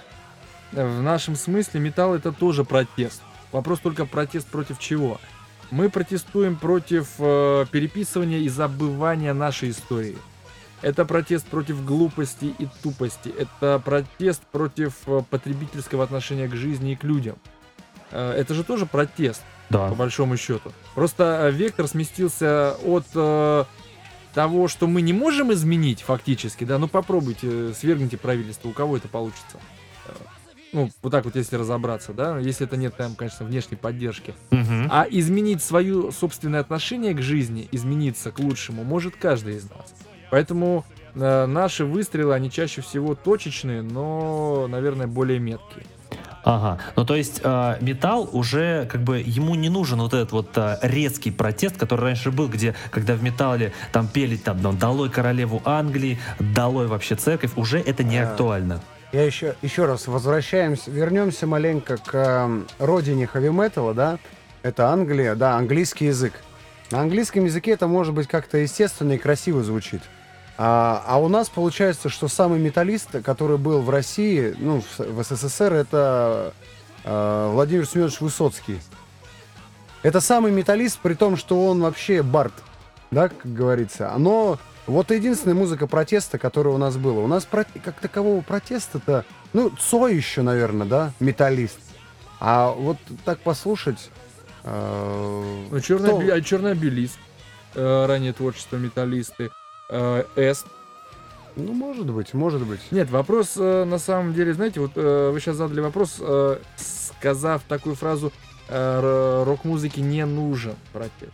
в нашем смысле металл — это тоже протест. Вопрос только протест против чего? Мы протестуем против э, переписывания и забывания нашей истории. Это протест против глупости и тупости. Это протест против э, потребительского отношения к жизни и к людям. Э, это же тоже протест, Да. по большому счету. Просто э, вектор сместился от э, того, что мы не можем изменить фактически, да, ну попробуйте, э, свергните правительство, у кого это получится. Э, Ну, вот так вот, если разобраться, да, если это нет там, конечно, внешней поддержки. Мгм. А изменить свое собственное отношение к жизни, измениться к лучшему, может каждый из нас. Поэтому э, наши выстрелы, они чаще всего точечные, но, наверное, более меткие. Ага. Ну, то есть э, металл уже, как бы, ему не нужен вот этот вот э, резкий протест, который раньше был, где, когда в металле там пели там, ну, «Долой королеву Англии», «Долой вообще церковь», уже это не А. актуально. Я еще, еще раз возвращаемся, вернемся маленько к эм, родине хэви-металла, да, это Англия, да, английский язык. На английском языке это может быть как-то естественно и красиво звучит. А, а у нас получается, что самый металлист, который был в России, ну, в, в СССР, это э, Владимир Семенович Высоцкий. Это самый металлист, при том, что он вообще бард, да, как говорится. Но вот единственная музыка протеста, которая у нас была. У нас про, как такового протеста-то, ну, Цой еще, наверное, да, металлист. А вот так послушать... Э, Ну, черный, кто- оби- а черный обелиск, э, раннее творчество металлисты, э, Эст. Ну, может быть, может быть. Нет, вопрос э, на самом деле, знаете, вот э, вы сейчас задали вопрос, э, сказав такую фразу, э, р- рок-музыке не нужен протест.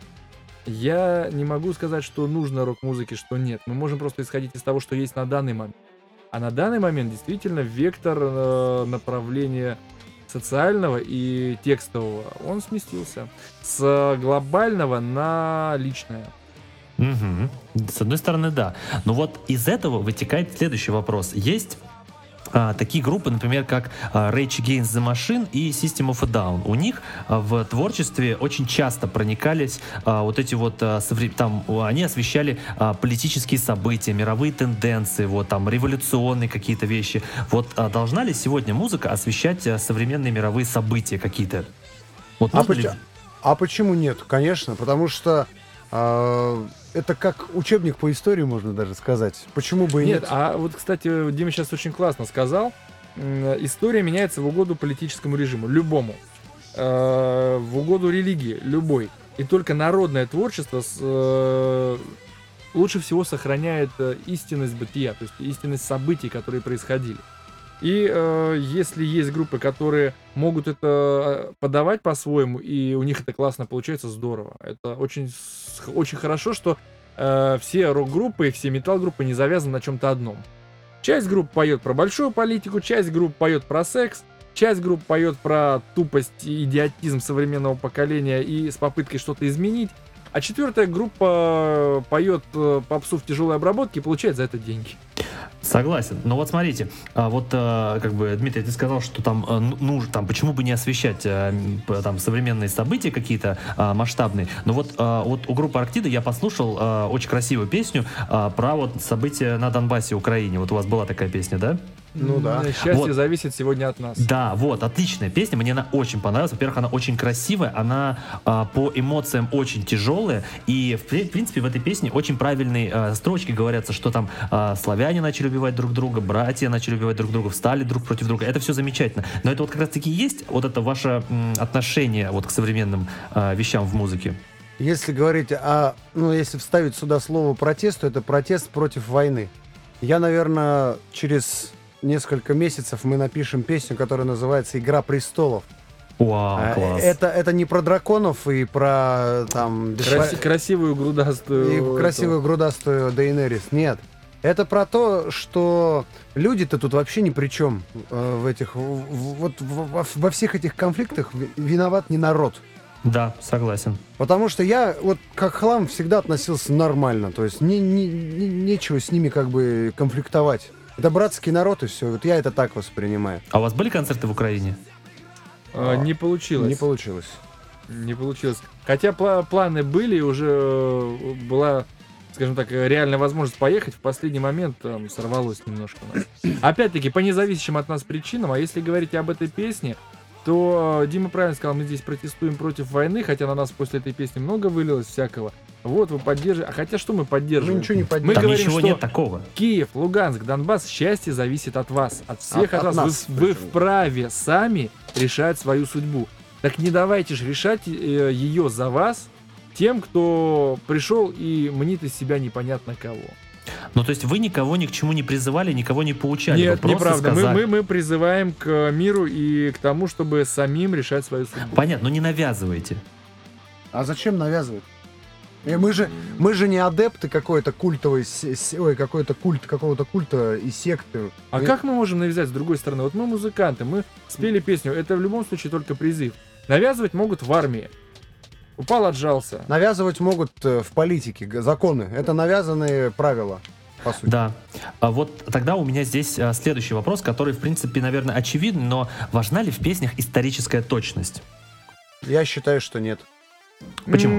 Я не могу сказать, что нужно рок-музыке, что нет. Мы можем просто исходить из того, что есть на данный момент. А на данный момент действительно вектор э, направления социального и текстового, он сместился с глобального на личное. Мгм. С одной стороны, да. Но вот из этого вытекает следующий вопрос. Есть а, такие группы, например, как а, Rage Against the Machine и System of a Down. У них а, в творчестве очень часто проникались а, вот эти вот а, совре- там а, они освещали а, политические события, мировые тенденции, вот там революционные какие-то вещи. Вот а, должна ли сегодня музыка освещать а, современные мировые события какие-то? Вот А, нужно поч- ли- а почему нет? Конечно, потому что а, это как учебник по истории, можно даже сказать. Почему бы и нет? Нет, а вот, кстати, Дима сейчас очень классно сказал. М, История меняется в угоду политическому режиму, любому. Э, В угоду религии, любой. И только народное творчество с, э, лучше всего сохраняет э, истинность бытия, то есть истинность событий, которые происходили. И э, если есть группы, которые могут это э, подавать по-своему, и у них это классно получается, здорово. Это очень, с- очень хорошо, что э, все рок-группы и все метал-группы не завязаны на чем-то одном. Часть групп поет про большую политику, часть групп поет про секс, часть групп поет про тупость и идиотизм современного поколения и с попыткой что-то изменить, а четвертая группа поет э, попсу в тяжелой обработке и получает за это деньги. Согласен. Но вот смотрите, а вот а, как бы, Дмитрий, ты сказал, что там а, ну, нужно, там, почему бы не освещать а, м, п- там современные события какие-то а, масштабные. Но вот, а, вот у группы Арктида я послушал а, очень красивую песню а, про вот события на Донбассе, Украине. Вот у вас была такая песня, да? Ну да. М, Счастье Вот. зависит сегодня от нас. Да, вот, отличная песня, мне она очень понравилась. Во-первых, она очень красивая, она а, по эмоциям очень тяжелая, и в, при- в принципе в этой песне очень правильные а, строчки говорятся, что там а, славяне начали убивать друг друга, братья начали убивать друг друга, встали друг против друга. Это все замечательно. Но это вот как раз-таки есть вот это ваше м, отношение вот к современным а, вещам в музыке? Если говорить о... Ну, если вставить сюда слово протест, то это протест против войны. Я, наверное, через несколько месяцев мы напишем песню, которая называется «Игра престолов». Вау, А, класс. Это, это не про драконов и про там... Краси- беспо- красивую грудастую. и красивую грудастую Дейенерис. Нет. Это про то, что люди-то тут вообще ни при чем э, в этих... в- в- вот в- во, во всех этих конфликтах ви- виноват не народ. Да, согласен. Потому что я вот как хлам всегда относился нормально. То есть не, не- не- нечего с ними как бы конфликтовать. Это братский народ и все. Вот я это так воспринимаю. А у вас были концерты в Украине? А, не получилось. Не получилось. Не получилось. Хотя пла- планы были, и уже э, была, скажем так, э, реальная возможность поехать. В последний момент там сорвалось немножко у нас. Опять-таки, по независящим от нас причинам. А если говорить об этой песне, то э, Дима правильно сказал, мы здесь протестуем против войны, хотя на нас после этой песни много вылилось всякого. Вот, вы поддерживаете. А хотя что мы Мы поддерживаем? ничего не Мы поддерживаем. Там говорим, ничего что нет такого. Киев, Луганск, Донбасс, счастье зависит от вас. От всех, От- от, от вас. нас, Вы, вы причем. вправе сами решать свою судьбу. Так не давайте же решать э, ее за вас тем, кто пришел и мнит из себя непонятно кого. Ну, то есть вы никого ни к чему не призывали, никого не поучали. Нет, вы просто неправда. Мы, сказали. мы, мы призываем к миру и к тому, чтобы самим решать свою судьбу. Понятно, но не навязывайте. А зачем навязывать? И мы же, мы же не адепты какой-то культовой, се- се- ой, какой-то культ, какого-то культа и секты. А И- как мы можем навязать с другой стороны? Вот мы музыканты, мы спели песню, это в любом случае только призыв. Навязывать могут в армии. Упал, отжался. Навязывать могут э, в политике г- законы. Это навязанные правила, по сути. Да. А вот тогда у меня здесь а, следующий вопрос, который, в принципе, наверное, очевиден, но важна ли в песнях историческая точность? Я считаю, что нет. Почему? М,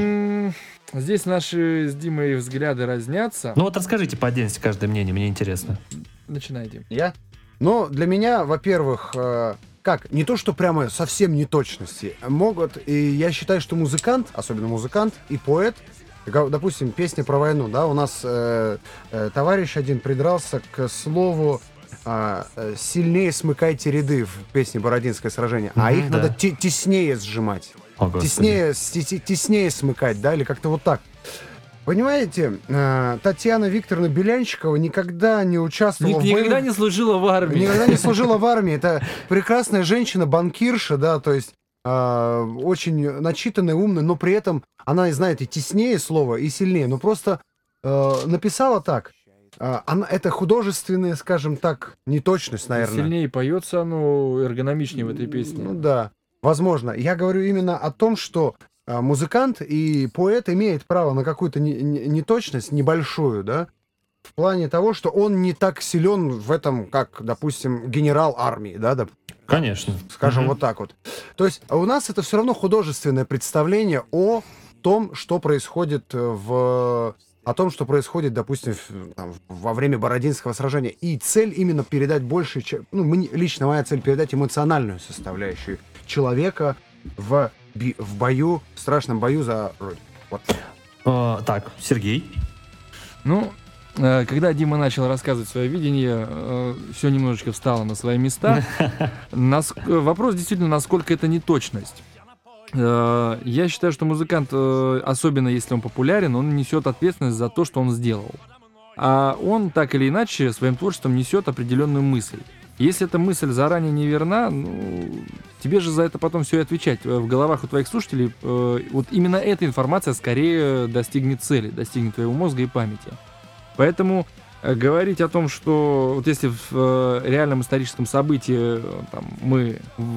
Ну, здесь наши с Димой взгляды разнятся. Ну вот расскажите по отдельности каждое мнение, мне интересно. Начинай, Дим. Я? Ну, для меня, во-первых, э, как, не то, что прямо совсем неточности. Могут, и я считаю, что музыкант, особенно музыкант и поэт, как, допустим, песня про войну, да, у нас э, э, товарищ один придрался к слову э, э, «сильнее смыкайте ряды» в песне «Бородинское сражение», а Мгм, их да. надо те- теснее сжимать. О, Господи. Теснее, с- те- теснее смыкать, да, или как-то вот так. Понимаете, э, Татьяна Викторовна Белянщикова никогда не участвовала в Никогда боевых- не служила в армии. Никогда не служила в армии. Это прекрасная женщина, банкирша, да, то есть э, очень начитанная, умная, но при этом она, знаете, теснее слова и сильнее. Но просто э, написала так. Э, она, это художественная, скажем так, неточность, наверное. Сильнее поется оно, эргономичнее в этой песне. Ну да, возможно. Я говорю именно о том, что а, музыкант и поэт имеет право на какую-то не- не- неточность небольшую, да, в плане того, что он не так силен в этом, как, допустим, генерал армии, да, доп- Конечно. скажем Мгм. вот так вот. То есть у нас это все равно художественное представление о том, что происходит в... о том, что происходит, допустим, в- там, во время Бородинского сражения. И цель именно передать больше... че- Ну, мне- лично моя цель передать эмоциональную составляющую человека в, би- в бою, в страшном бою за Родину. Вот. Э, так, Сергей. Ну, э, когда Дима начал рассказывать свое видение, все немножечко встало на свои места. Нас- э, Вопрос действительно, насколько это неточность. Э, Я считаю, что музыкант, э, особенно если он популярен, он несет ответственность за то, что он сделал. А он так или иначе своим творчеством несет определенную мысль. Если эта мысль заранее не верна, ну, тебе же за это потом все и отвечать. Э, В головах у твоих слушателей э, вот именно эта информация скорее достигнет цели, достигнет твоего мозга и памяти. Поэтому э, говорить о том, что вот если в э, реальном историческом событии э, там, мы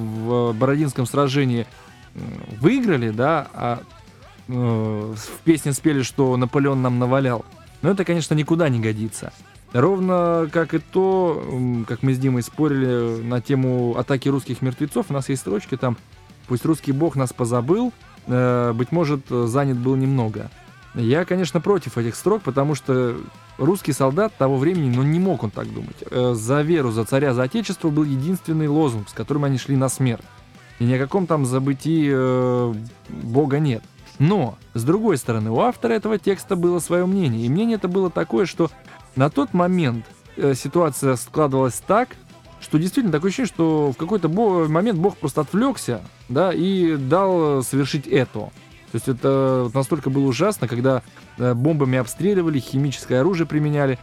в Бородинском сражении э, выиграли, да, а э, в песне спели, что Наполеон нам навалял, но это, конечно, никуда не годится. Ровно как и то, м, как мы с Димой спорили на тему атаки русских мертвецов, у нас есть строчки там: «Пусть русский бог нас позабыл, э, быть может, занят был немного». Я, конечно, против этих строк, потому что русский солдат того времени, ну, не мог он так думать. Э, За веру, за царя, за отечество был единственный лозунг, с которым они шли на смерть. И ни о каком там забытии э, бога нет. Но, с другой стороны, у автора этого текста было свое мнение. И мнение это было такое, что на тот момент э, ситуация складывалась так, что действительно такое ощущение, что в какой-то бо- момент Бог просто отвлекся, да, и дал совершить это. То есть это настолько было ужасно, когда э, бомбами обстреливали, химическое оружие применяли.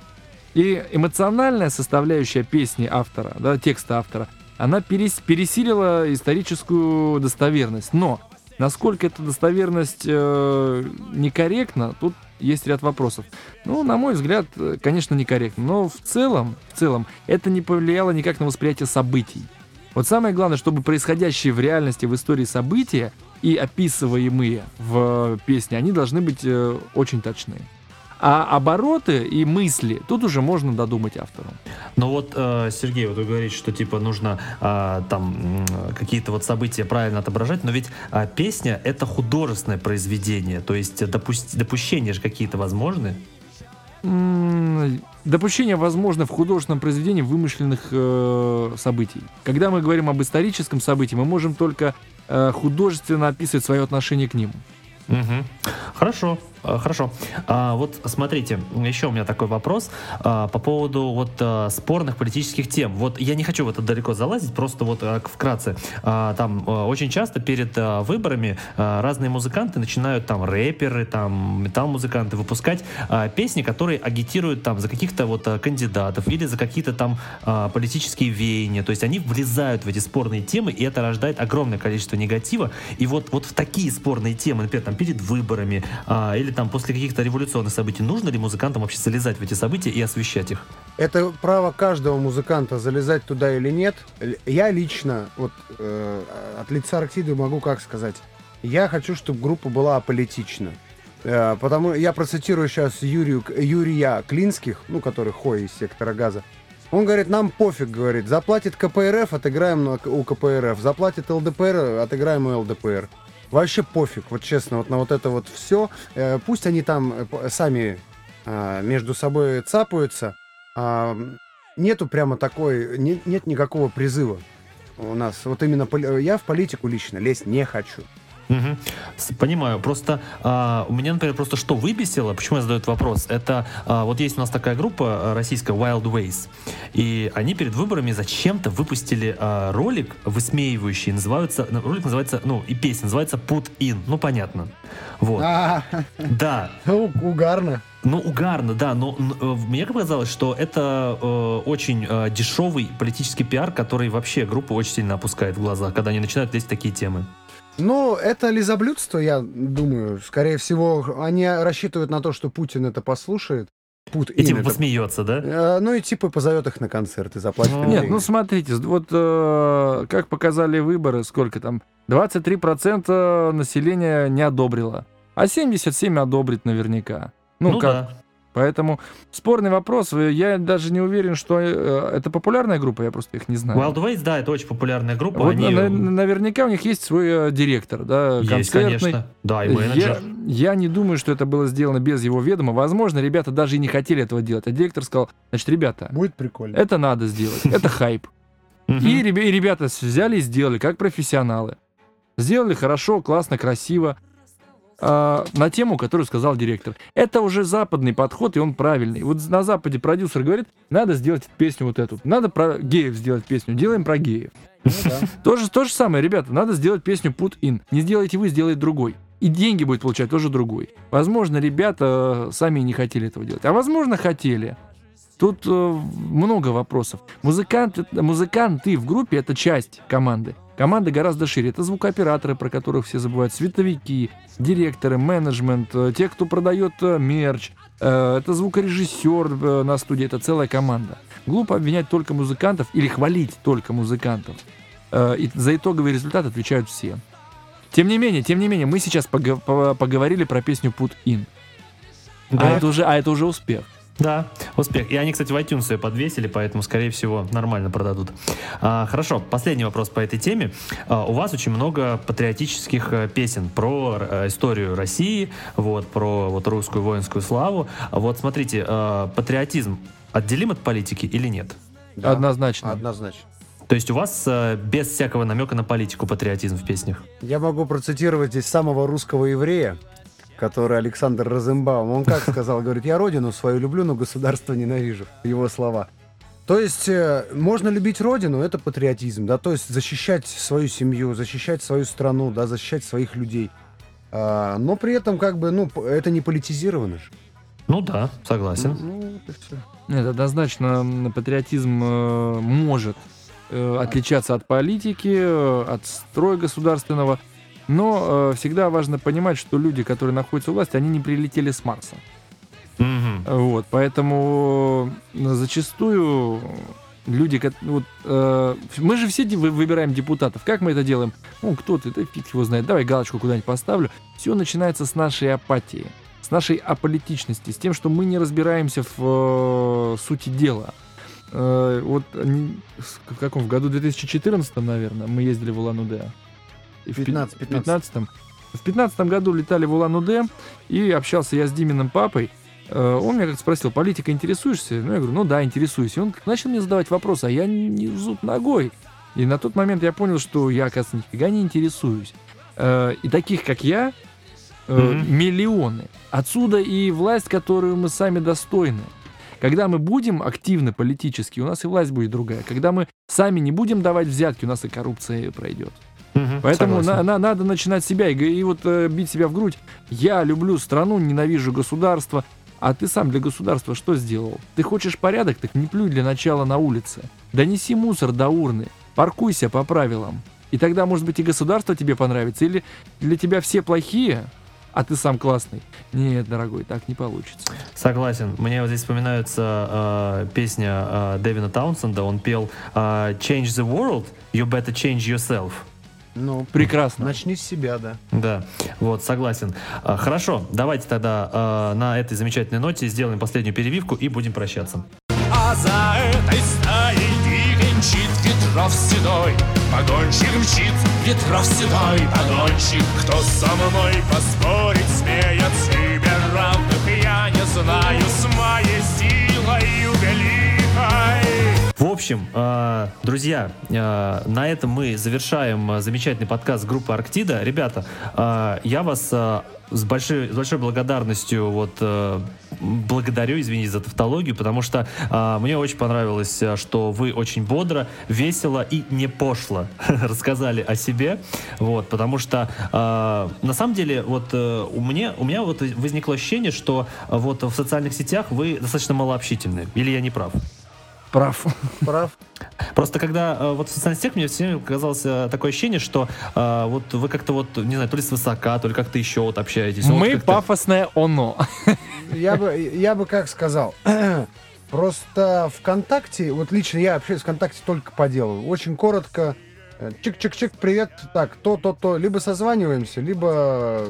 И эмоциональная составляющая песни автора, да, текста автора, она перес- пересилила историческую достоверность. Но насколько эта достоверность э, некорректна, тут есть ряд вопросов. Ну, на мой взгляд, э, конечно, некорректно. Но в целом, в целом, это не повлияло никак на восприятие событий. Вот самое главное, чтобы происходящие в реальности, в истории события и описываемые в песне, они должны быть э, очень точны. А обороты и мысли тут уже можно додумать автору. Ну вот, э, Сергей, вот вы говорите, что типа нужно э, там м, какие-то вот события правильно отображать, но ведь э, песня — это художественное произведение, то есть допусти- допущения же какие-то возможны. М, Допущение возможно в художественном произведении вымышленных э, событий. Когда мы говорим об историческом событии, мы можем только э, художественно описывать свое отношение к ним. Мгм. Хорошо, э, хорошо. А, вот смотрите, еще у меня такой вопрос а, по поводу вот а, спорных политических тем. Вот я не хочу в это далеко залазить, просто вот а, вкратце. А, там а, очень часто перед а, выборами а, разные музыканты начинают, там рэперы, там метал-музыканты выпускать а, песни, которые агитируют там за каких-то вот а, кандидатов или за какие-то там а, политические веяния. То есть они влезают в эти спорные темы, и это рождает огромное количество негатива. И вот, вот в такие спорные темы, например, там перед выборами а, или там после каких-то революционных событий, нужно ли музыкантам вообще залезать в эти события и освещать их? Это право каждого музыканта залезать туда или нет. Л- Я лично, вот э, от лица Арктиды могу как сказать, я хочу, чтобы группа была аполитична. Э, потому я процитирую сейчас Юрию, К- Юрия Клинских, ну, который Хой из сектора газа. Он говорит, нам пофиг, говорит, заплатит КПРФ, отыграем на- у КПРФ, заплатит ЛДПР, отыграем у ЛДПР. Вообще пофиг, вот честно, вот на вот это вот все. Пусть они там сами между собой цапаются. Нету прямо такой, не, нет никакого призыва у нас. Вот именно я в политику лично лезть не хочу. Угу. Понимаю. Просто а, у меня, например, просто что выбесило, почему я задаю этот вопрос, это а, вот есть у нас такая группа российская Wild Ways, и они перед выборами зачем-то выпустили а, ролик, высмеивающий, называется, ролик называется, ну, и песня называется Put In, ну, понятно. Вот. А, да. Угарно. Ну, угарно, да, но э, мне показалось, что это э, очень э, дешевый политический пиар, который вообще группу очень сильно опускает в глаза, когда они начинают лезть в такие темы. Ну, это лизоблюдство, я думаю. Скорее всего, они рассчитывают на то, что Путин это послушает. Пут и типа это... посмеется, да? Э, ну и типа позовет их на концерт и заплатит. Ну, нет, ну смотрите, вот э, как показали выборы, сколько там, двадцать три процента населения не одобрило, а семьдесят семь процентов одобрит наверняка. Ну, ну как? Да. Поэтому спорный вопрос. Я даже не уверен, что э, это популярная группа, я просто их не знаю. Wild Ways, да, это очень популярная группа. Вот, они... на, наверняка у них есть свой э, директор, да, есть, концертный. конечно. Да, и менеджер. Я, я не думаю, что это было сделано без его ведома. Возможно, ребята даже и не хотели этого делать. А директор сказал, значит, ребята, будет прикольно. Это надо сделать, это хайп. И ребята взяли и сделали, как профессионалы. Сделали хорошо, классно, красиво. На тему, которую сказал директор. Это уже западный подход, и он правильный. Вот на Западе продюсер говорит, надо сделать песню вот эту. Надо про геев сделать песню. Делаем про геев. Ну, да. то, же, то же самое, ребята, надо сделать песню Put In. Не сделаете вы, сделает другой. И деньги будет получать тоже другой. Возможно, ребята сами не хотели этого делать. А возможно, хотели. Тут э, много вопросов. Музыканты, музыканты в группе — это часть команды. Команда гораздо шире. Это звукооператоры, про которых все забывают, световики, директоры, менеджмент, те, кто продает мерч, это звукорежиссер на студии, это целая команда. Глупо обвинять только музыкантов или хвалить только музыкантов. И за итоговый результат отвечают все. Тем не менее, тем не менее, мы сейчас пог- поговорили про песню Put In. Да. А, это уже, а это уже успех. Да, успех. И они, кстати, в iTunes ее подвесили, поэтому, скорее всего, нормально продадут. А, хорошо, последний вопрос по этой теме. А, у вас очень много патриотических а, песен про а, историю России, вот, про вот, русскую воинскую славу. А, вот смотрите, а, патриотизм отделим от политики или нет? Да, однозначно. Однозначно. То есть у вас а, без всякого намека на политику патриотизм в песнях? Я могу процитировать здесь самого русского еврея, который Александр Розенбаум. Он как сказал, говорит, я родину свою люблю, но государство ненавижу. Его слова. То есть э, можно любить родину, это патриотизм, да, то есть защищать свою семью, защищать свою страну, да, защищать своих людей. А, но при этом как бы, ну, это не политизировано же. Ну да, согласен. Ну, это все. Нет, однозначно патриотизм э, может э, отличаться от политики, э, от строя государственного. Но э, всегда важно понимать, что люди, которые находятся у власти, они не прилетели с Марса. Mm-hmm. Вот, поэтому зачастую люди... Вот, э, мы же все выбираем депутатов. Как мы это делаем? Ну, кто-то, это фиг его знает. Давай галочку куда-нибудь поставлю. Все начинается с нашей апатии, с нашей аполитичности, с тем, что мы не разбираемся в э, сути дела. Э, вот в каком? В году две тысячи четырнадцатом, наверное, мы ездили в Улан-Удэ. В пятнадцатом. В пятнадцатом году летали в Улан-Удэ, и общался я с Диминым папой. Он меня как спросил, политикой интересуешься? Ну, я говорю, ну да, интересуюсь. И он начал мне задавать вопросы, а я не в зуб ногой. И на тот момент я понял, что я, оказывается, нифига не интересуюсь. И таких, как я, mm-hmm. миллионы. Отсюда и власть, которую мы сами достойны. Когда мы будем активны политически, у нас и власть будет другая. Когда мы сами не будем давать взятки, у нас и коррупция пройдет. Угу, Поэтому на, на, надо начинать с себя и, и вот э, бить себя в грудь. Я люблю страну, ненавижу государство. А ты сам для государства что сделал? Ты хочешь порядок? Так не плюй для начала на улице. Донеси мусор до урны. Паркуйся по правилам. И тогда, может быть, и государство тебе понравится. Или для тебя все плохие, а ты сам классный. Нет, дорогой, так не получится. Согласен. Мне вот здесь вспоминается э, песня э, Дэвина Таунсенда. Он пел э, «Change the world, you better change yourself». Ну, прекрасно. Начни с себя, да. Да, вот, согласен. А, хорошо, давайте тогда а, на этой замечательной ноте сделаем последнюю перебивку и будем прощаться. А за этой стаей тихончит Петров седой, погонщик мчит ветров седой погонщик. Кто со мной поспорить смеет, себе равных я не знаю, с моей силой великой. В общем, э, друзья, э, на этом мы завершаем э, замечательный подкаст группы Арктида. Ребята, э, я вас э, с, большой, с большой благодарностью вот, э, благодарю, извините за тавтологию, потому что э, мне очень понравилось, что вы очень бодро, весело и не пошло рассказали о себе. Вот, потому что э, на самом деле вот, э, у, меня, у меня вот возникло ощущение, что э, вот, в социальных сетях вы достаточно малообщительны. Или я не прав? Прав. Прав. Просто когда э, вот в социальных сетях мне все время казалось э, такое ощущение, что э, вот вы как-то вот, не знаю, то ли свысока, то ли как-то еще вот общаетесь. Вот Мы как-то... пафосное оно. Я бы, я бы как сказал, просто ВКонтакте, вот лично я общаюсь в ВКонтакте только по делу. Очень коротко, э, чик-чик-чик, привет, так, то-то-то, либо созваниваемся, либо...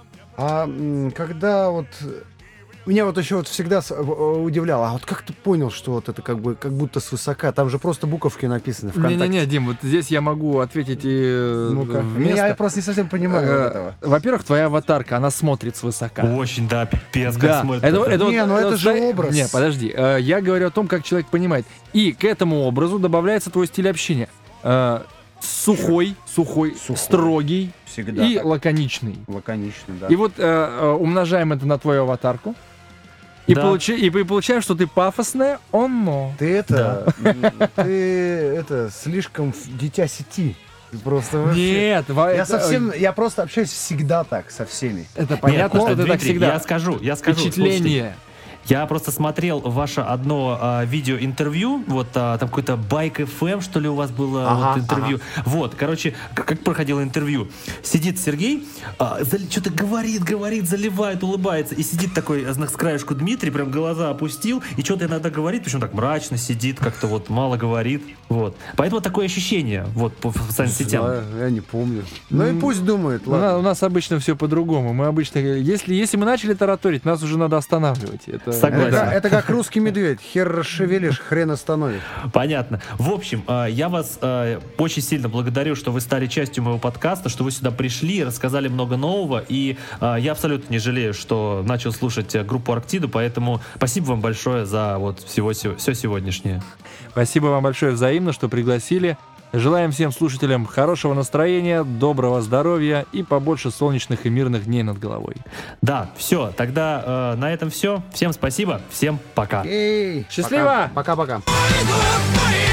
А м, когда вот... Меня вот еще вот всегда с- в- удивляло, а вот как ты понял, что вот это как бы как будто свысока? Там же просто буковки написаны ВКонтакте. Не-не-не, Дим, вот здесь я могу ответить и э, Ну-ка. вместо- Я просто не совсем понимаю вот Э, этого. Во-первых, твоя аватарка, она смотрит свысока. Очень, да, пипец, как Да, смотрит. это, это. это вот- Не, ну это вот же ста- образ. Не, подожди. э, Я говорю о том, как человек понимает. И к этому образу добавляется твой стиль общения. Э, Сухой, сухой, Сухой. строгий Всегда и так. лаконичный. Лаконично, да. И вот э, э, умножаем это на твою аватарку. И, Да. получи- и мы получаем, что ты пафосное оно. Ты это, м, ты это слишком в- дитя сети. Ты Просто вообще- Нет, во- Я это, совсем, я просто общаюсь всегда так со всеми. это Нет, понятно, ну, что ты так Дмитрий, всегда. я скажу, я скажу. Слушайте, Впечатление. я просто смотрел ваше одно а, видео-интервью, вот а, там какой-то Байк эф эм, что ли, у вас было Ага, вот, интервью. Вот, короче, к- как проходило интервью. Сидит Сергей, а, зали- что-то говорит, говорит, заливает, улыбается, и сидит такой, а, с краешку Дмитрий, прям глаза опустил, и что-то иногда говорит, причем так мрачно сидит, как-то вот мало говорит. Вот. Поэтому такое ощущение вот по социальным сетям. Да, я не помню. Ну и пусть думает, У, на- ладно. у нас обычно все по-другому. Мы обычно, если, если мы начали тараторить, нас уже надо останавливать. Это, Согласен. Это, это как русский медведь. Хер расшевелишь, хрен остановишь. Понятно. В общем, э, я вас э, очень сильно благодарю, что вы стали частью моего подкаста, что вы сюда пришли, рассказали много нового, и э, я абсолютно не жалею, что начал слушать э, группу Арктиду, поэтому спасибо вам большое за вот всего, все сегодняшнее. Спасибо вам большое взаимно, что пригласили. Желаем всем слушателям хорошего настроения, доброго здоровья и побольше солнечных и мирных дней над головой. Да, все, тогда э, на этом все. Всем спасибо, всем пока. Эй, Счастливо! Пока-пока. Идут мои